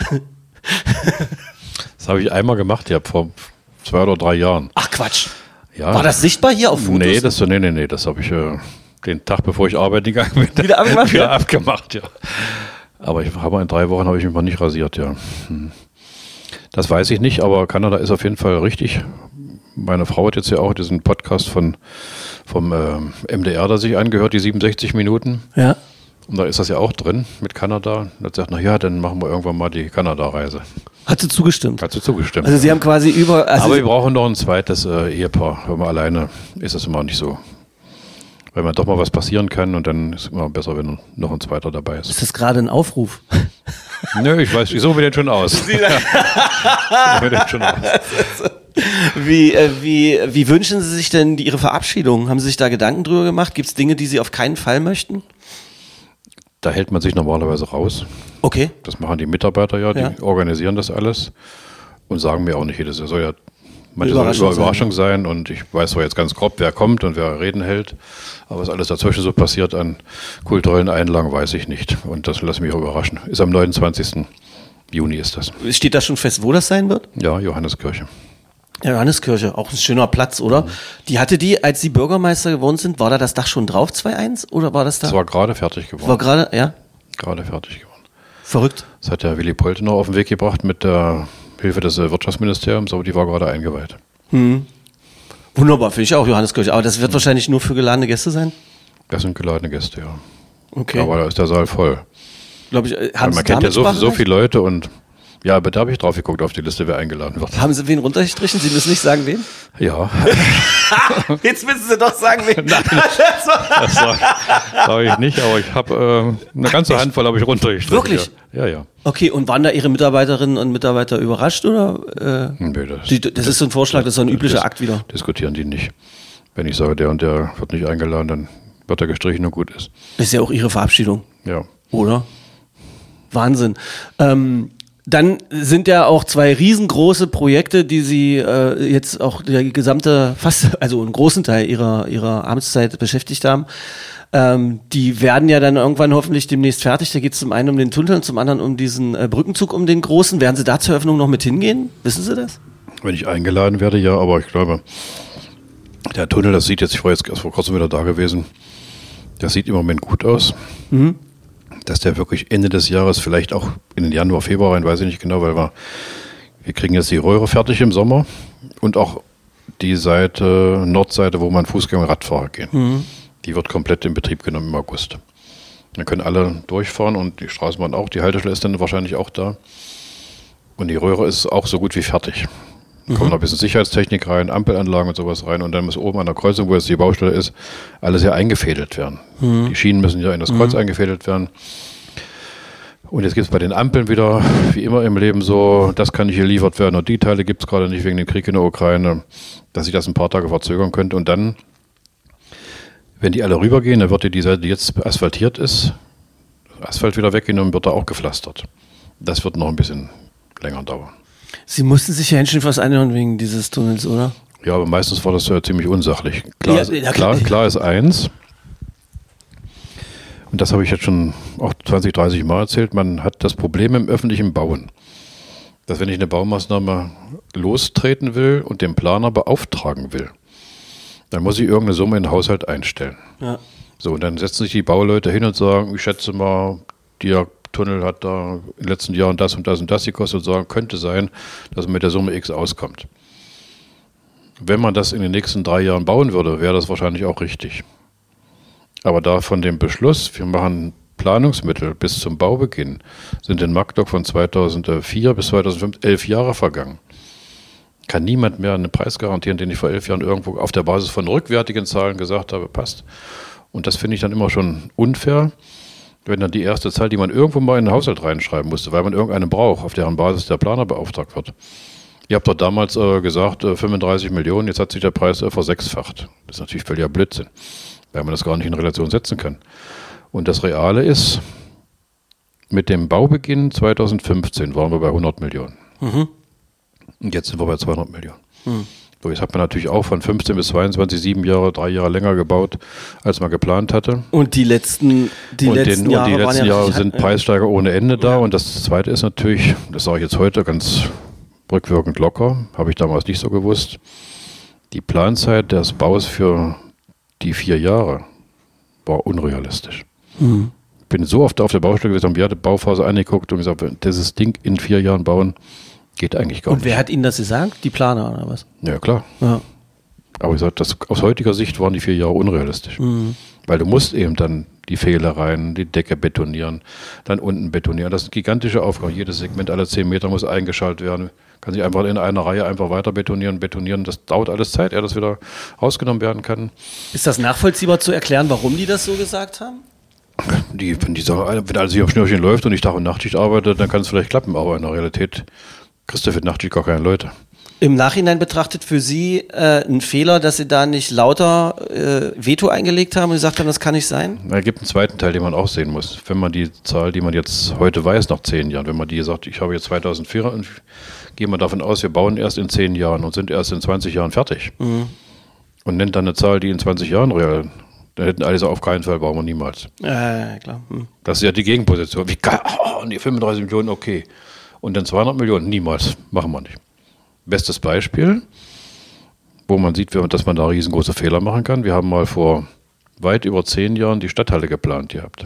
Das habe ich einmal gemacht, ja, vor 2 oder 3 Jahren. Ach Quatsch. Ja. War das sichtbar hier auf Fotos? Nee, das habe ich den Tag, bevor ich arbeiten gegangen bin, wieder abgemacht, wieder abgemacht, ja. Aber in 3 Wochen habe ich mich mal nicht rasiert, ja. Das weiß ich nicht, aber Kanada ist auf jeden Fall richtig. Meine Frau hat jetzt ja auch diesen Podcast vom MDR, der sich angehört, die 67 Minuten. Ja. Und da ist das ja auch drin mit Kanada. Und hat gesagt, na ja, dann machen wir irgendwann mal die Kanada-Reise. Hat sie zugestimmt? Hat sie zugestimmt. Also Sie haben quasi aber wir brauchen noch ein zweites Ehepaar. Wenn man alleine ist das immer nicht so. Weil man doch mal was passieren kann und dann ist es immer besser, wenn noch ein zweiter dabei ist. Ist das gerade ein Aufruf? Nö, ich weiß, ich suche mir den schon aus. Wie wünschen Sie sich denn Ihre Verabschiedung? Haben Sie sich da Gedanken drüber gemacht? Gibt es Dinge, die Sie auf keinen Fall möchten? Da hält man sich normalerweise raus. Okay. Das machen die Mitarbeiter ja, die organisieren das alles und sagen mir auch nicht jedes. Das soll ja manchmal soll Überraschung sein und ich weiß zwar jetzt ganz grob, wer kommt und wer Reden hält, aber was alles dazwischen so passiert an kulturellen Einlagen, weiß ich nicht. Und das lasse ich mich auch überraschen. Ist am 29. Juni ist das. Steht da schon fest, wo das sein wird? Ja, Johanneskirche. Ja, Johanneskirche, auch ein schöner Platz, oder? Die hatte die, als Sie Bürgermeister geworden sind, war da das Dach schon drauf, 2.1? Oder war das da? Das war gerade fertig geworden. War gerade, ja? Gerade fertig geworden. Verrückt. Das hat der Willy Poltenau auf den Weg gebracht mit der Hilfe des Wirtschaftsministeriums, aber die war gerade eingeweiht. Wunderbar, finde ich auch, Johanneskirche. Aber das wird wahrscheinlich nur für geladene Gäste sein? Das sind geladene Gäste, ja. Okay. Aber da ist der Saal voll. Glaube ich, haben Sie man kennt ja so viele Leute und ja, aber da habe ich drauf gegucht auf die Liste, wer eingeladen wird. Haben Sie wen runtergestrichen? Sie müssen nicht sagen, wen? Ja. Jetzt müssen Sie doch sagen, wen. Nein, das sage ich nicht, aber ich habe eine ganze Handvoll habe ich runtergestrichen. Wirklich? Ja. Okay, und waren da Ihre Mitarbeiterinnen und Mitarbeiter überrascht, oder? Nee, das ist so ein Vorschlag, das ist so ein üblicher Akt wieder. Diskutieren die nicht. Wenn ich sage, der und der wird nicht eingeladen, dann wird er gestrichen und gut ist. Das ist ja auch Ihre Verabschiedung. Ja. Oder? Wahnsinn. Dann sind ja auch 2 riesengroße Projekte, die Sie jetzt auch der gesamte, also einen großen Teil ihrer Amtszeit beschäftigt haben. Die werden ja dann irgendwann hoffentlich demnächst fertig. Da geht es zum einen um den Tunnel und zum anderen um diesen Brückenzug, um den großen. Werden Sie da zur Eröffnung noch mit hingehen? Wissen Sie das? Wenn ich eingeladen werde, ja, aber ich glaube, der Tunnel, das sieht jetzt, ich war jetzt erst vor kurzem wieder da gewesen, das sieht im Moment gut aus. Dass der wirklich Ende des Jahres, vielleicht auch in den Januar, Februar rein, weiß ich nicht genau, weil wir kriegen jetzt die Röhre fertig im Sommer und auch die Seite, Nordseite, wo man Fußgänger und Radfahrer gehen. Die wird komplett in Betrieb genommen im August. Dann können alle durchfahren und die Straßenbahn auch, die Haltestelle ist dann wahrscheinlich auch da. Und die Röhre ist auch so gut wie fertig. Da kommt noch ein bisschen Sicherheitstechnik rein, Ampelanlagen und sowas rein und dann muss oben an der Kreuzung, wo jetzt die Baustelle ist, alles ja eingefädelt werden. Die Schienen müssen ja in das Kreuz eingefädelt werden. Und jetzt gibt es bei den Ampeln wieder, wie immer im Leben so, das kann nicht geliefert werden und die Teile gibt es gerade nicht wegen dem Krieg in der Ukraine, dass sich das ein paar Tage verzögern könnte. Und dann, wenn die alle rübergehen, dann wird die Seite, die jetzt asphaltiert ist, Asphalt wieder weggenommen, wird da auch gepflastert. Das wird noch ein bisschen länger dauern. Sie mussten sich ja schon fast anhören wegen dieses Tunnels, oder? Ja, aber meistens war das ja ziemlich unsachlich. Klar ist eins, und das habe ich jetzt schon auch 20, 30 Mal erzählt, man hat das Problem im öffentlichen Bauen, dass wenn ich eine Baumaßnahme lostreten will und den Planer beauftragen will, dann muss ich irgendeine Summe in den Haushalt einstellen. Ja. So, und dann setzen sich die Bauleute hin und sagen, ich schätze mal, der Tunnel hat da in den letzten Jahren das und das und das gekostet und sagen, könnte sein, dass man mit der Summe X auskommt. Wenn man das in den nächsten 3 Jahren bauen würde, wäre das wahrscheinlich auch richtig. Aber da von dem Beschluss, wir machen Planungsmittel bis zum Baubeginn, sind in Magdeburg von 2004 bis 2005 11 Jahre vergangen. Kann niemand mehr einen Preis garantieren, den ich vor 11 Jahren irgendwo auf der Basis von rückwärtigen Zahlen gesagt habe, passt. Und das finde ich dann immer schon unfair, wenn dann die erste Zahl, die man irgendwo mal in den Haushalt reinschreiben musste, weil man irgendeinen braucht, auf deren Basis der Planer beauftragt wird. Ihr habt doch damals gesagt, 35 Millionen, jetzt hat sich der Preis versechsfacht. Das ist natürlich völliger Blödsinn. weil man das gar nicht in Relation setzen kann. Und das Reale ist, mit dem Baubeginn 2015 waren wir bei 100 Millionen. Und jetzt sind wir bei 200 Millionen. So, jetzt hat man natürlich auch von 15 bis 22, 7 Jahre, 3 Jahre länger gebaut, als man geplant hatte. Und die letzten Jahre sind Preissteiger ohne Ende da. Und das Zweite ist natürlich, das sage ich jetzt heute ganz rückwirkend locker, habe ich damals nicht so gewusst, die Planzeit des Baus für die 4 Jahre war unrealistisch. Ich bin so oft auf der Baustelle gewesen, haben wir die Bauphase angeguckt und gesagt, dieses Ding in 4 Jahren bauen, geht eigentlich gar nicht. Und wer hat Ihnen das gesagt? Die Planer oder was? Ja, klar. Ja. Aber ich sage, aus heutiger Sicht waren die 4 Jahre unrealistisch. Weil du musst eben dann die Fehlereien, die Decke betonieren, dann unten betonieren. Das sind gigantische Aufgaben. Jedes Segment alle 10 Meter muss eingeschaltet werden. Kann sich einfach in einer Reihe einfach weiter betonieren. Das dauert alles Zeit, ehe das wieder rausgenommen werden kann. Ist das nachvollziehbar zu erklären, warum die das so gesagt haben? Wenn die sagen, wenn alles hier auf Schnürchen läuft und ich Tag- und Nachtschicht arbeite, dann kann es vielleicht klappen. Aber in der Realität kriegst du für die Nachtschicht gar keine Leute. Im Nachhinein betrachtet für Sie ein Fehler, dass Sie da nicht lauter Veto eingelegt haben und gesagt haben, das kann nicht sein? Es gibt einen zweiten Teil, den man auch sehen muss. Wenn man die Zahl, die man jetzt heute weiß, nach 10 Jahren, wenn man die sagt, ich habe jetzt 2004 und gehen wir davon aus, wir bauen erst in 10 Jahren und sind erst in 20 Jahren fertig. Und nennt dann eine Zahl, die in 20 Jahren real, dann hätten alle so, auf keinen Fall bauen wir niemals. Klar. Das ist ja die Gegenposition. Wie geil, nee, 35 Millionen, okay. Und dann 200 Millionen, niemals, machen wir nicht. Bestes Beispiel, wo man sieht, dass man da riesengroße Fehler machen kann. Wir haben mal vor weit über 10 Jahren die Stadthalle geplant gehabt.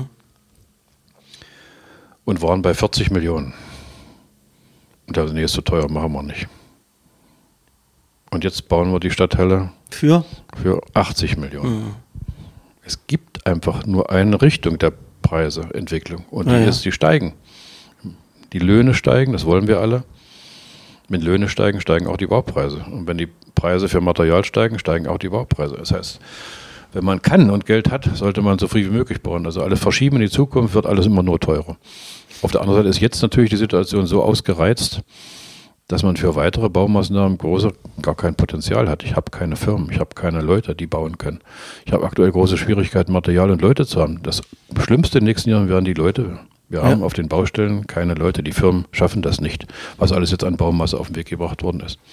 Und waren bei 40 Millionen. Und da nee, ist so teuer, machen wir nicht. Und jetzt bauen wir die Stadthalle für 80 Millionen. Es gibt einfach nur eine Richtung der Preiseentwicklung. Und die steigen. Die Löhne steigen, das wollen wir alle. Wenn Löhne steigen, steigen auch die Baupreise. Und wenn die Preise für Material steigen, steigen auch die Baupreise. Das heißt, wenn man kann und Geld hat, sollte man so früh wie möglich bauen. Also alles verschieben in die Zukunft, wird alles immer nur teurer. Auf der anderen Seite ist jetzt natürlich die Situation so ausgereizt, dass man für weitere Baumaßnahmen gar kein Potenzial hat. Ich habe keine Firmen, ich habe keine Leute, die bauen können. Ich habe aktuell große Schwierigkeiten, Material und Leute zu haben. Das Schlimmste in den nächsten Jahren werden die Leute. Wir haben auf den Baustellen keine Leute, die Firmen schaffen das nicht, was alles jetzt an Baumasse auf den Weg gebracht worden ist.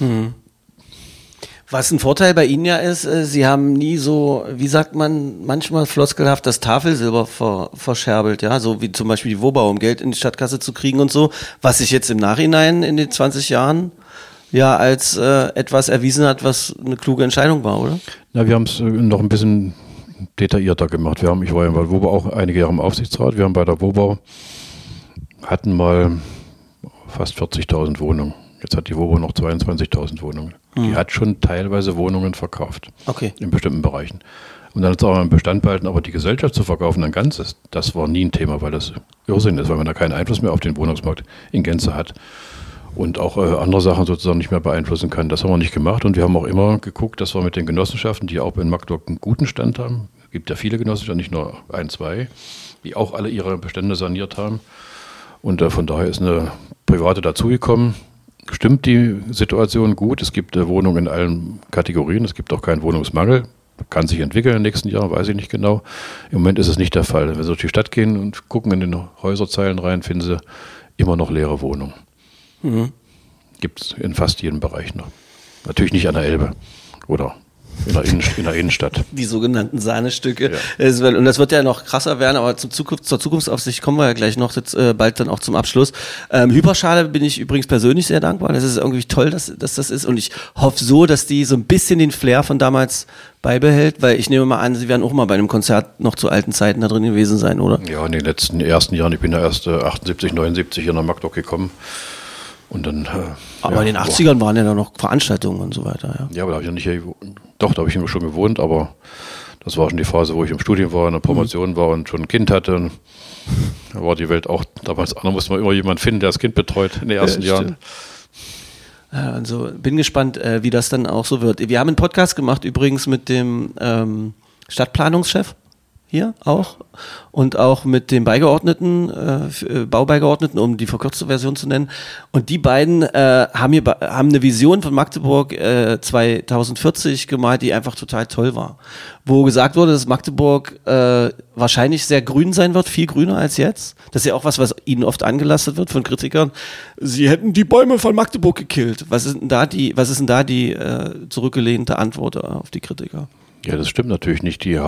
Was ein Vorteil bei Ihnen ja ist, Sie haben nie so, wie sagt man, manchmal floskelhaft das Tafelsilber verscherbelt, ja, so wie zum Beispiel die Wobau, um Geld in die Stadtkasse zu kriegen und so, was sich jetzt im Nachhinein in den 20 Jahren ja als etwas erwiesen hat, was eine kluge Entscheidung war, oder? Na, wir haben es noch ein bisschen detaillierter gemacht. Ich war ja bei Wobau auch einige Jahre im Aufsichtsrat. Wir haben bei der Wobau hatten mal fast 40.000 Wohnungen. Jetzt hat die Wobau noch 22.000 Wohnungen. Die hat schon teilweise Wohnungen verkauft. Okay. In bestimmten Bereichen. Und dann hat es auch mal einen Bestand behalten, aber die Gesellschaft zu verkaufen, ein Ganzes, das war nie ein Thema, weil das Irrsinn ist, weil man da keinen Einfluss mehr auf den Wohnungsmarkt in Gänze hat. Und auch andere Sachen sozusagen nicht mehr beeinflussen kann. Das haben wir nicht gemacht und wir haben auch immer geguckt, dass wir mit den Genossenschaften, die auch in Magdeburg einen guten Stand haben, es gibt ja viele Genossenschaften, nicht nur 1, 2, die auch alle ihre Bestände saniert haben. Und von daher ist eine private dazugekommen. Stimmt die Situation gut? Es gibt Wohnungen in allen Kategorien, es gibt auch keinen Wohnungsmangel. Kann sich entwickeln in den nächsten Jahren, weiß ich nicht genau. Im Moment ist es nicht der Fall. Wenn Sie durch die Stadt gehen und gucken in den Häuserzeilen rein, finden Sie immer noch leere Wohnungen. Gibt es in fast jedem Bereich noch. Natürlich nicht an der Elbe oder in der Innenstadt. Die sogenannten Sahnestücke. Ja. Und das wird ja noch krasser werden, aber zur Zukunftsaufsicht kommen wir ja gleich noch, jetzt, bald dann auch zum Abschluss. Hyperschale bin ich übrigens persönlich sehr dankbar. Das ist irgendwie toll, dass das ist. Und ich hoffe so, dass die so ein bisschen den Flair von damals beibehält, weil ich nehme mal an, Sie werden auch mal bei einem Konzert noch zu alten Zeiten da drin gewesen sein, oder? Ja, in den ersten Jahren. Ich bin ja erst 78, 79 hier nach Magdeburg gekommen. Und dann, aber in den 80ern waren ja da noch Veranstaltungen und so weiter. Ja, ja, aber da habe ich ja nicht hier, doch, da habe ich immer schon gewohnt, aber das war schon die Phase, wo ich im Studium war, in der Promotion war und schon ein Kind hatte. Und da war die Welt auch damals anders, musste man immer jemanden finden, der das Kind betreut in den ersten Jahren. Ja, also bin gespannt, wie das dann auch so wird. Wir haben einen Podcast gemacht übrigens mit dem Stadtplanungschef hier auch und auch mit dem Beigeordneten, Baubeigeordneten, um die verkürzte Version zu nennen. Und die beiden haben eine Vision von Magdeburg 2040 gemalt, die einfach total toll war. Wo gesagt wurde, dass Magdeburg wahrscheinlich sehr grün sein wird, viel grüner als jetzt. Das ist ja auch was ihnen oft angelastet wird von Kritikern. Sie hätten die Bäume von Magdeburg gekillt. Was ist denn da die zurückgelehnte Antwort auf die Kritiker? Ja, das stimmt natürlich nicht. Die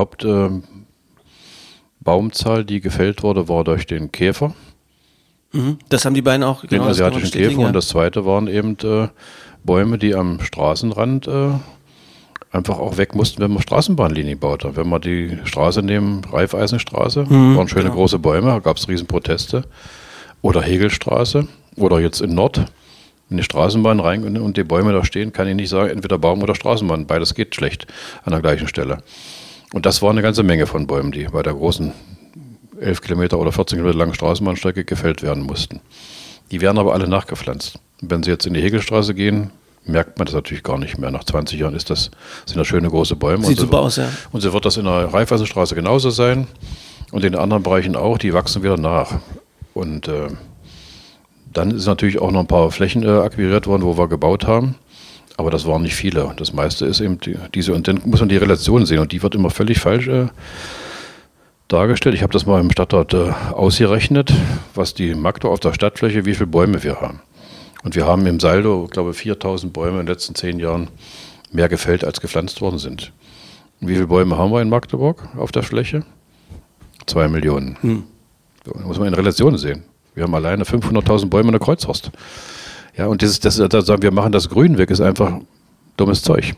Baumzahl, die gefällt wurde, war durch den Käfer. Das haben die beiden auch. Den asiatischen Käfer. Ja. Und das zweite waren eben Bäume, die am Straßenrand einfach auch weg mussten, wenn man Straßenbahnlinien baute. Wenn man die Straße neben Raiffeisenstraße, waren schöne große Bäume, da gab es riesen Proteste. Oder Hegelstraße oder jetzt in Nord, in die Straßenbahn rein und die Bäume da stehen, kann ich nicht sagen, entweder Baum oder Straßenbahn. Beides geht schlecht an der gleichen Stelle. Und das war eine ganze Menge von Bäumen, die bei der großen 11 Kilometer oder 14 Kilometer langen Straßenbahnstrecke gefällt werden mussten. Die werden aber alle nachgepflanzt. Und wenn Sie jetzt in die Hegelstraße gehen, merkt man das natürlich gar nicht mehr. Nach 20 Jahren sind das schöne große Bäume. Sieht super aus, ja. Und so wird das in der Raiffeisenstraße genauso sein und in den anderen Bereichen auch. Die wachsen wieder nach. Und dann ist natürlich auch noch ein paar Flächen akquiriert worden, wo wir gebaut haben. Aber das waren nicht viele. Und das meiste ist eben diese, und dann muss man die Relation sehen. Und die wird immer völlig falsch dargestellt. Ich habe das mal im Stadtrat ausgerechnet, was die Magdeburg auf der Stadtfläche, wie viele Bäume wir haben. Und wir haben im Saldo, ich glaube, 4.000 Bäume in den letzten 10 Jahren mehr gefällt, als gepflanzt worden sind. Und wie viele Bäume haben wir in Magdeburg auf der Fläche? 2 Millionen. So, muss man in Relation sehen. Wir haben alleine 500.000 Bäume in der Kreuzhorst. Ja, und das sagen wir machen das Grün weg, ist einfach dummes Zeug.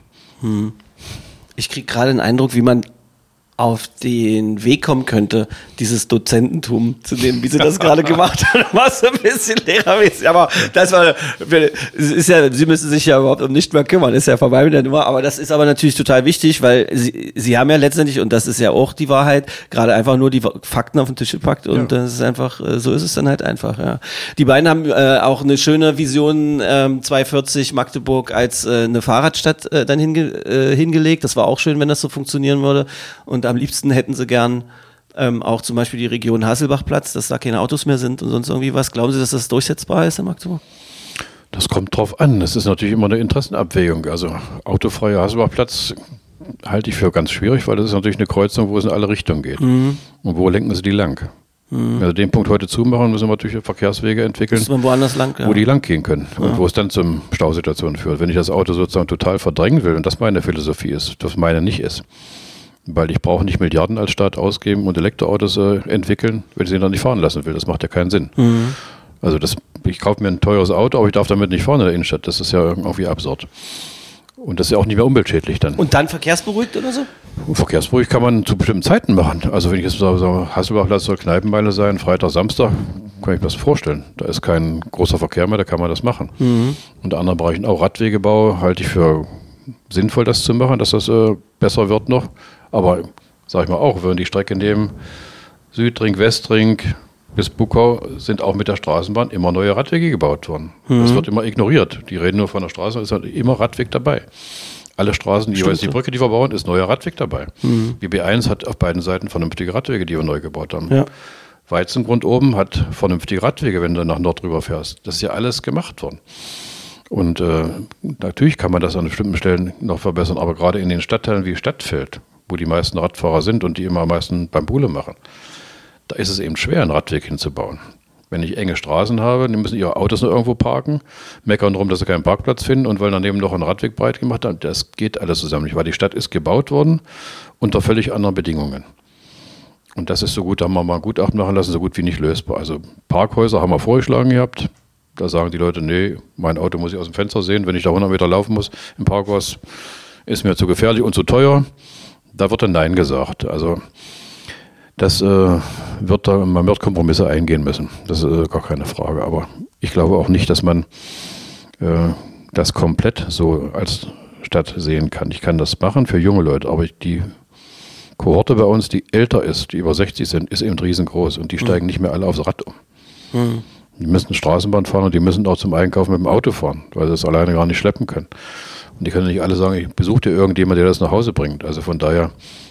Ich kriege gerade den Eindruck, wie man auf den Weg kommen könnte, dieses Dozententum zu nehmen, wie sie das gerade gemacht haben. War so ein bisschen lehrermäßig, aber das war, ist ja, sie müssen sich ja überhaupt um nichts mehr kümmern, ist ja vorbei mit der Nummer, aber das ist aber natürlich total wichtig, weil sie haben ja letztendlich, und das ist ja auch die Wahrheit, gerade einfach nur die Fakten auf den Tisch gepackt und das ist einfach, so ist es dann halt einfach, ja. Die beiden haben auch eine schöne Vision 240 Magdeburg als eine Fahrradstadt dann hingelegt, das war auch schön, wenn das so funktionieren würde, und am liebsten hätten sie gern auch zum Beispiel die Region Hasselbachplatz, dass da keine Autos mehr sind und sonst irgendwie was. Glauben Sie, dass das durchsetzbar ist in Magdeburg? Das kommt drauf an. Das ist natürlich immer eine Interessenabwägung. Also autofreier Hasselbachplatz halte ich für ganz schwierig, weil das ist natürlich eine Kreuzung, wo es in alle Richtungen geht. Und wo lenken Sie die lang? Also den Punkt heute zumachen, müssen wir natürlich Verkehrswege entwickeln, woanders lang, wo die lang gehen können und wo es dann zum Stausituationen führt. Wenn ich das Auto sozusagen total verdrängen will und das meine Philosophie ist, das meine nicht ist, weil ich brauche nicht Milliarden als Staat ausgeben und Elektroautos entwickeln, wenn ich sie dann nicht fahren lassen will. Das macht ja keinen Sinn. Also ich kaufe mir ein teures Auto, aber ich darf damit nicht fahren in der Innenstadt. Das ist ja irgendwie absurd. Und das ist ja auch nicht mehr umweltschädlich dann. Und dann verkehrsberuhigt oder so? Verkehrsberuhigt kann man zu bestimmten Zeiten machen. Also wenn ich jetzt sage, Hasselbachplatz soll Kneipenmeile sein, Freitag, Samstag, kann ich mir das vorstellen. Da ist kein großer Verkehr mehr, da kann man das machen. Und in anderen Bereichen auch Radwegebau halte ich für sinnvoll, das zu machen, dass das besser wird noch. Aber, sag ich mal auch, wenn die Strecke nehmen, Südring, Westring bis Buckau, sind auch mit der Straßenbahn immer neue Radwege gebaut worden. Das wird immer ignoriert. Die reden nur von der Straße, ist halt immer Radweg dabei. Alle Straßen, jeweils die Brücke, die wir bauen, ist neuer Radweg dabei. Die B1 hat auf beiden Seiten vernünftige Radwege, die wir neu gebaut haben. Ja. Weizengrund oben hat vernünftige Radwege, wenn du nach Nord rüber fährst. Das ist ja alles gemacht worden. Und natürlich kann man das an bestimmten Stellen noch verbessern, aber gerade in den Stadtteilen wie Stadtfeld, wo die meisten Radfahrer sind und die immer am meisten Bambule machen, da ist es eben schwer, einen Radweg hinzubauen. Wenn ich enge Straßen habe, die müssen ihre Autos noch irgendwo parken, meckern darum, dass sie keinen Parkplatz finden und wollen daneben noch einen Radweg breit gemacht haben. Das geht alles zusammen nicht, weil die Stadt ist gebaut worden unter völlig anderen Bedingungen. Und das ist so gut, da haben wir mal ein Gutachten machen lassen, so gut wie nicht lösbar. Also Parkhäuser haben wir vorgeschlagen gehabt. Da sagen die Leute, nee, mein Auto muss ich aus dem Fenster sehen. Wenn ich da 100 Meter laufen muss im Parkhaus, ist mir zu gefährlich und zu teuer. Da wird dann Nein gesagt. Also man wird Kompromisse eingehen müssen. Das ist gar keine Frage. Aber ich glaube auch nicht, dass man das komplett so als Stadt sehen kann. Ich kann das machen für junge Leute, aber die Kohorte bei uns, die älter ist, die über 60 sind, ist eben riesengroß und die steigen nicht mehr alle aufs Rad um. Die müssen Straßenbahn fahren und die müssen auch zum Einkaufen mit dem Auto fahren, weil sie es alleine gar nicht schleppen können. Und die können nicht alle sagen, ich besuche dir irgendjemand, der das nach Hause bringt. Also von daher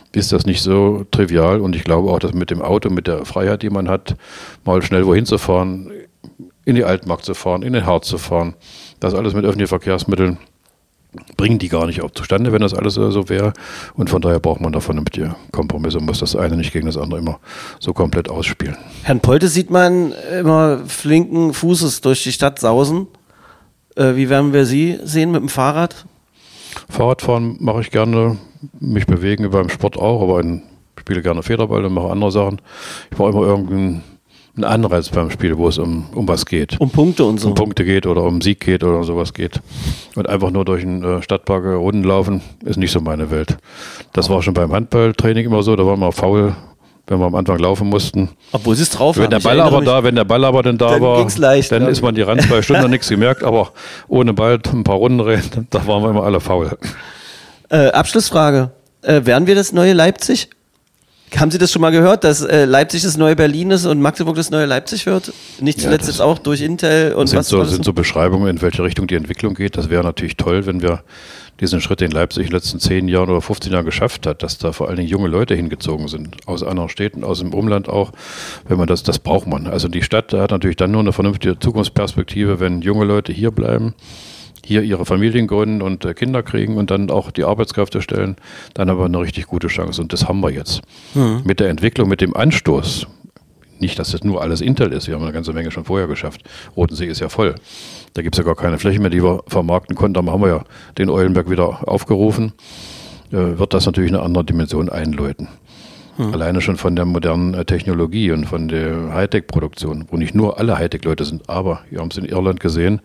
ist das nicht so trivial. Und ich glaube auch, dass mit dem Auto, mit der Freiheit, die man hat, mal schnell wohin zu fahren, in die Altmark zu fahren, in den Harz zu fahren, das alles mit öffentlichen Verkehrsmitteln, bringen die gar nicht auch zustande, wenn das alles so wäre. Und von daher braucht man da vernünftige Kompromisse und muss das eine nicht gegen das andere immer so komplett ausspielen. Herrn Polte sieht man immer flinken Fußes durch die Stadt sausen. Wie werden wir Sie sehen mit dem Fahrrad? Fahrradfahren mache ich gerne, mich bewegen beim Sport auch, aber ich spiele gerne Federball und mache andere Sachen. Ich brauche immer irgendeinen Anreiz beim Spiel, wo es um was geht. Um Punkte und so. Um Punkte geht oder um Sieg geht oder sowas geht. Und einfach nur durch einen Stadtpark Runden laufen, ist nicht so meine Welt. Das war schon beim Handballtraining immer so, da waren wir faul, wenn wir am Anfang laufen mussten. Obwohl sie es drauf wenn haben. Wenn der Ball aber dann war, ging's leicht, dann ist man die Rand 2 Stunden noch nichts gemerkt, aber ohne Ball ein paar Runden reden, da waren wir immer alle faul. Abschlussfrage. Werden wir das neue Leipzig? Haben Sie das schon mal gehört, dass Leipzig das neue Berlin ist und Magdeburg das neue Leipzig wird? Nicht zuletzt jetzt auch durch Intel und das sind so Beschreibungen, in welche Richtung die Entwicklung geht. Das wäre natürlich toll, wenn wir diesen Schritt, den Leipzig in den letzten 10 Jahren oder 15 Jahren geschafft hat, dass da vor allen Dingen junge Leute hingezogen sind, aus anderen Städten, aus dem Umland auch. Wenn man das braucht man. Also die Stadt hat natürlich dann nur eine vernünftige Zukunftsperspektive, wenn junge Leute hier bleiben, hier ihre Familien gründen und Kinder kriegen und dann auch die Arbeitskräfte stellen, dann haben wir eine richtig gute Chance. Und das haben wir jetzt. Mit der Entwicklung, mit dem Anstoß, nicht, dass das nur alles Intel ist, wir haben eine ganze Menge schon vorher geschafft. Rodensee ist ja voll. Da gibt es ja gar keine Fläche mehr, die wir vermarkten konnten. Da haben wir ja den Eulenberg wieder aufgerufen. Wird das natürlich eine andere Dimension einläuten. Alleine schon von der modernen Technologie und von der Hightech-Produktion, wo nicht nur alle Hightech-Leute sind, aber wir haben es in Irland gesehen,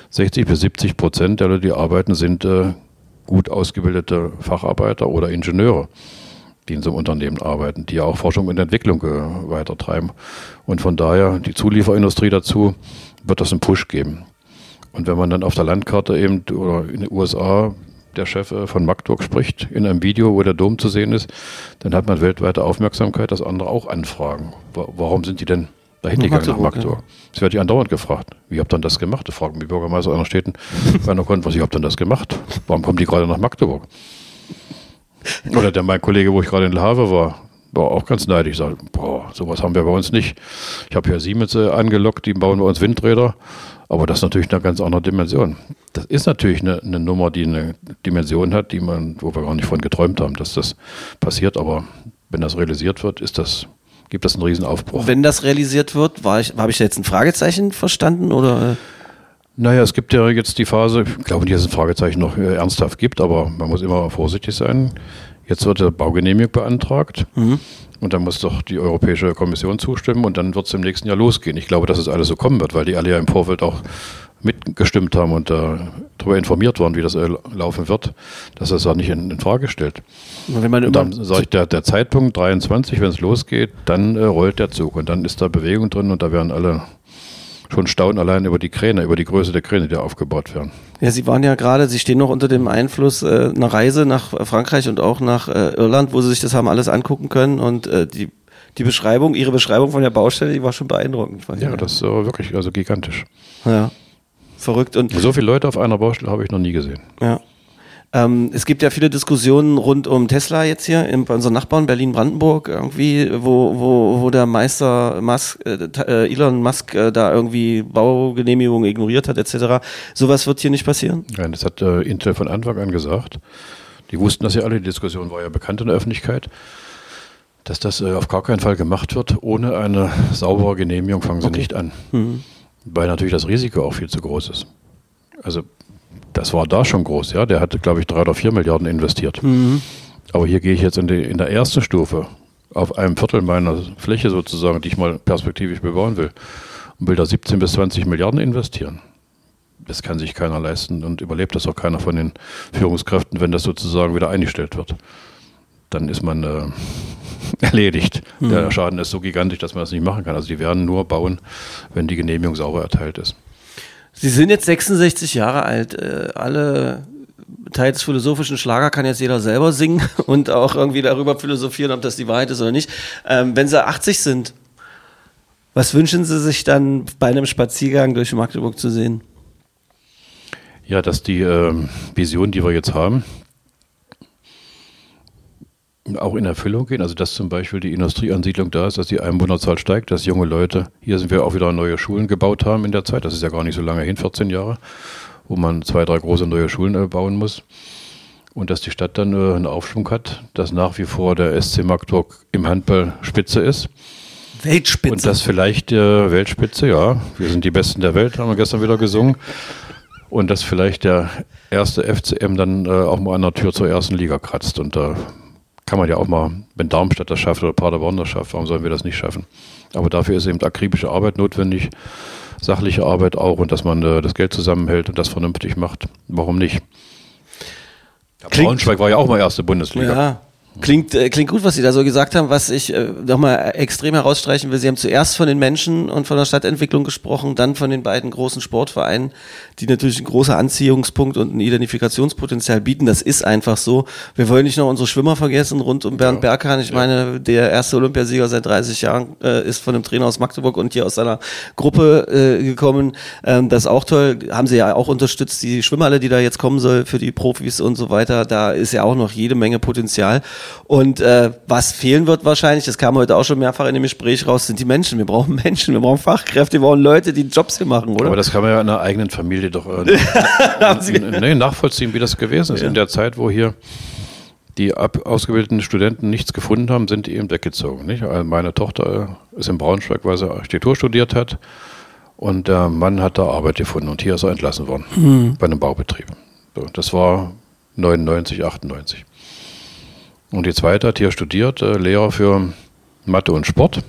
60-70% der Leute, die arbeiten, sind gut ausgebildete Facharbeiter oder Ingenieure, die in so einem Unternehmen arbeiten, die ja auch Forschung und Entwicklung weitertreiben. Und von daher die Zulieferindustrie dazu, wird das einen Push geben. Und wenn man dann auf der Landkarte eben oder in den USA der Chef von Magdeburg spricht, in einem Video, wo der Dom zu sehen ist, dann hat man weltweite Aufmerksamkeit, dass andere auch anfragen. Warum sind die denn dahin gegangen nach Magdeburg? Das wird ja andauernd gefragt. Wie habt ihr das gemacht? Das fragen die Bürgermeister einer Städten bei einer Konferenz, wie habt ihr das gemacht? Warum kommen die gerade nach Magdeburg? Oder mein Kollege, wo ich gerade in Le Havre war auch ganz neidisch. Ich sage, sowas haben wir bei uns nicht. Ich habe ja Siemens angelockt, die bauen bei uns Windräder. Aber das ist natürlich eine ganz andere Dimension. Das ist natürlich eine Nummer, die eine Dimension hat, wo wir gar nicht von geträumt haben, dass das passiert. Aber wenn das realisiert wird, gibt das einen riesen Aufbruch. Wenn das realisiert wird, habe ich da jetzt ein Fragezeichen verstanden? Oder? Naja, es gibt ja jetzt die Phase, ich glaube nicht, dass es ein Fragezeichen noch ernsthaft gibt, aber man muss immer vorsichtig sein. Jetzt wird der Baugenehmigung beantragt. Und dann muss doch die Europäische Kommission zustimmen und dann wird es im nächsten Jahr losgehen. Ich glaube, dass es alles so kommen wird, weil die alle ja im Vorfeld auch mitgestimmt haben und darüber informiert waren, wie das laufen wird, dass das auch nicht in Frage stellt. Und dann sage ich, der Zeitpunkt 23, wenn es losgeht, dann rollt der Zug und dann ist da Bewegung drin und da werden alle schon staunen allein über die Kräne, über die Größe der Kräne, die da aufgebaut werden. Ja, Sie stehen noch unter dem Einfluss einer Reise nach Frankreich und auch nach Irland, wo Sie sich das haben alles angucken können und Ihre Beschreibung von der Baustelle, die war schon beeindruckend. Ja, das war wirklich gigantisch. Ja, verrückt. Und so viele Leute auf einer Baustelle habe ich noch nie gesehen. Ja. Es gibt ja viele Diskussionen rund um Tesla jetzt hier bei unseren Nachbarn Berlin-Brandenburg irgendwie, wo der Meister Elon Musk da irgendwie Baugenehmigungen ignoriert hat etc. Sowas wird hier nicht passieren? Nein, das hat Intel von Anfang an gesagt. Die wussten das ja alle, die Diskussion war ja bekannt in der Öffentlichkeit, dass das auf gar keinen Fall gemacht wird. Ohne eine saubere Genehmigung fangen sie nicht an. Weil natürlich das Risiko auch viel zu groß ist. Also das war da schon groß, ja. Der hatte, glaube ich, 3 oder 4 Milliarden investiert. Aber hier gehe ich jetzt in der ersten Stufe auf einem Viertel meiner Fläche sozusagen, die ich mal perspektivisch bebauen will, und will da 17 bis 20 Milliarden investieren. Das kann sich keiner leisten und überlebt das auch keiner von den Führungskräften, wenn das sozusagen wieder eingestellt wird. Dann ist man erledigt. Der Schaden ist so gigantisch, dass man das nicht machen kann. Also die werden nur bauen, wenn die Genehmigung sauber erteilt ist. Sie sind jetzt 66 Jahre alt. Alle Teil des philosophischen Schlager kann jetzt jeder selber singen und auch irgendwie darüber philosophieren, ob das die Wahrheit ist oder nicht. Wenn Sie 80 sind, was wünschen Sie sich dann bei einem Spaziergang durch Magdeburg zu sehen? Ja, dass die Vision, die wir jetzt haben, auch in Erfüllung gehen. Also dass zum Beispiel die Industrieansiedlung da ist, dass die Einwohnerzahl steigt, dass junge Leute, hier sind wir auch wieder neue Schulen gebaut haben in der Zeit, das ist ja gar nicht so lange hin, 14 Jahre, wo man 2, 3 große neue Schulen bauen muss. Und dass die Stadt dann einen Aufschwung hat, dass nach wie vor der SC Magdeburg im Handball Spitze ist. Weltspitze. Und das vielleicht Weltspitze, ja. Wir sind die Besten der Welt, haben wir gestern wieder gesungen. Und dass vielleicht der erste FCM dann auch mal an der Tür zur ersten Liga kratzt. Und da kann man ja auch mal, wenn Darmstadt das schafft oder Paderborn das schafft, warum sollen wir das nicht schaffen? Aber dafür ist eben akribische Arbeit notwendig, sachliche Arbeit auch und dass man das Geld zusammenhält und das vernünftig macht. Warum nicht? Braunschweig war ja auch mal erste Bundesliga. Ja. Klingt gut, was Sie da so gesagt haben. Was ich nochmal extrem herausstreichen will, Sie haben zuerst von den Menschen und von der Stadtentwicklung gesprochen, dann von den beiden großen Sportvereinen, die natürlich ein großer Anziehungspunkt und ein Identifikationspotenzial bieten. Das ist einfach so. Wir wollen nicht noch unsere Schwimmer vergessen, rund um Bernd Berghahn. Ich meine, der erste Olympiasieger seit 30 Jahren ist von einem Trainer aus Magdeburg und hier aus seiner Gruppe gekommen. Das ist auch toll. Haben Sie ja auch unterstützt, die Schwimmhalle, die da jetzt kommen soll für die Profis und so weiter. Da ist ja auch noch jede Menge Potenzial. Und was fehlen wird wahrscheinlich, das kam heute auch schon mehrfach in dem Gespräch raus, sind die Menschen. Wir brauchen Menschen, wir brauchen Fachkräfte, wir brauchen Leute, die Jobs hier machen, oder? Aber das kann man ja in der eigenen Familie doch nachvollziehen, wie das gewesen ist. Ja. In der Zeit, wo hier die ausgebildeten Studenten nichts gefunden haben, sind die eben weggezogen. Nicht? Also meine Tochter ist in Braunschweig, weil sie Architektur studiert hat. Und der Mann hat da Arbeit gefunden. Und hier ist er entlassen worden, bei einem Baubetrieb. So, das war 99, 98. Und die zweite hat hier studiert, Lehrer für Mathe und Sport.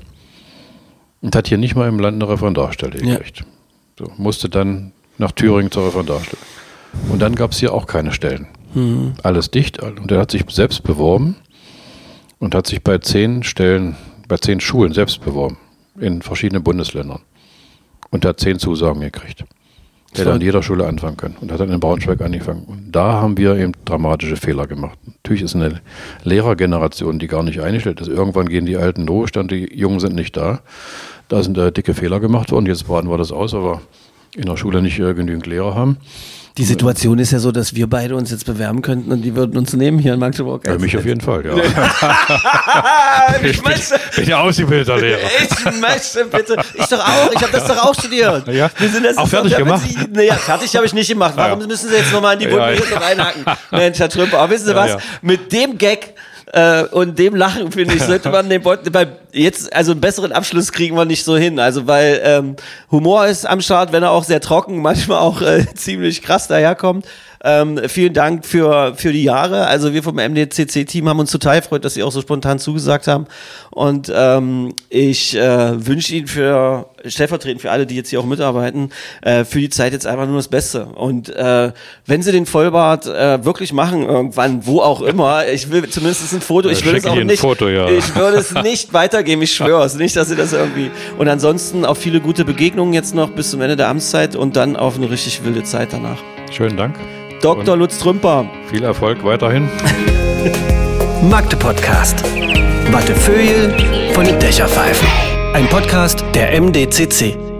Und hat hier nicht mal im Land eine Referendarstelle gekriegt. So, musste dann nach Thüringen zur Referendarstelle. Und dann gab es hier auch keine Stellen. Alles dicht. Und er hat sich selbst beworben und hat sich bei 10 Stellen, bei 10 Schulen selbst beworben. In verschiedenen Bundesländern. Und er hat 10 Zusagen gekriegt. Der hätte an jeder Schule anfangen können. Und hat dann in Braunschweig angefangen. Und da haben wir eben dramatische Fehler gemacht. Natürlich ist eine Lehrergeneration, die gar nicht eingestellt ist. Irgendwann gehen die Alten in den Ruhestand, die Jungen sind nicht da. Da sind dicke Fehler gemacht worden. Jetzt baden wir das aus, weil wir in der Schule nicht genügend Lehrer haben. Die Situation ist ja so, dass wir beide uns jetzt bewerben könnten und die würden uns nehmen hier in Magdeburg. Bei mich auf jeden Fall, ja. Ich bin ja ausgebildeter Lehrer. Ich möchte bitte. Ich doch auch. Ich habe das doch auch studiert. Ja. Wir sind das auch fertig gemacht? Fertig habe ich nicht gemacht. Warum müssen Sie jetzt nochmal in die Wunde reinhaken? Mensch, Herr Trümper, aber wissen Sie was? Mit dem Gag und dem Lachen, finde ich, sollte man den jetzt, also einen besseren Abschluss kriegen wir nicht so hin. Also, weil Humor ist am Start, wenn er auch sehr trocken, manchmal auch ziemlich krass daherkommt. Vielen Dank für die Jahre. Also wir vom MDCC-Team haben uns total gefreut, dass Sie auch so spontan zugesagt haben. Und ich wünsche Ihnen stellvertretend für alle, die jetzt hier auch mitarbeiten, für die Zeit jetzt einfach nur das Beste. Und wenn Sie den Vollbart wirklich machen, irgendwann, wo auch immer, ich will zumindest ein Foto, ich würde es auch nicht, Foto, ja. Ich würde es nicht weitergeben, ich schwöre es nicht, dass Sie das irgendwie, und ansonsten auf viele gute Begegnungen jetzt noch bis zum Ende der Amtszeit und dann auf eine richtig wilde Zeit danach. Schönen Dank. Dr. Lutz Trümper. Viel Erfolg weiterhin. Magde Podcast. Wattevögel von den Dächerpfeifen. Ein Podcast der MDCC.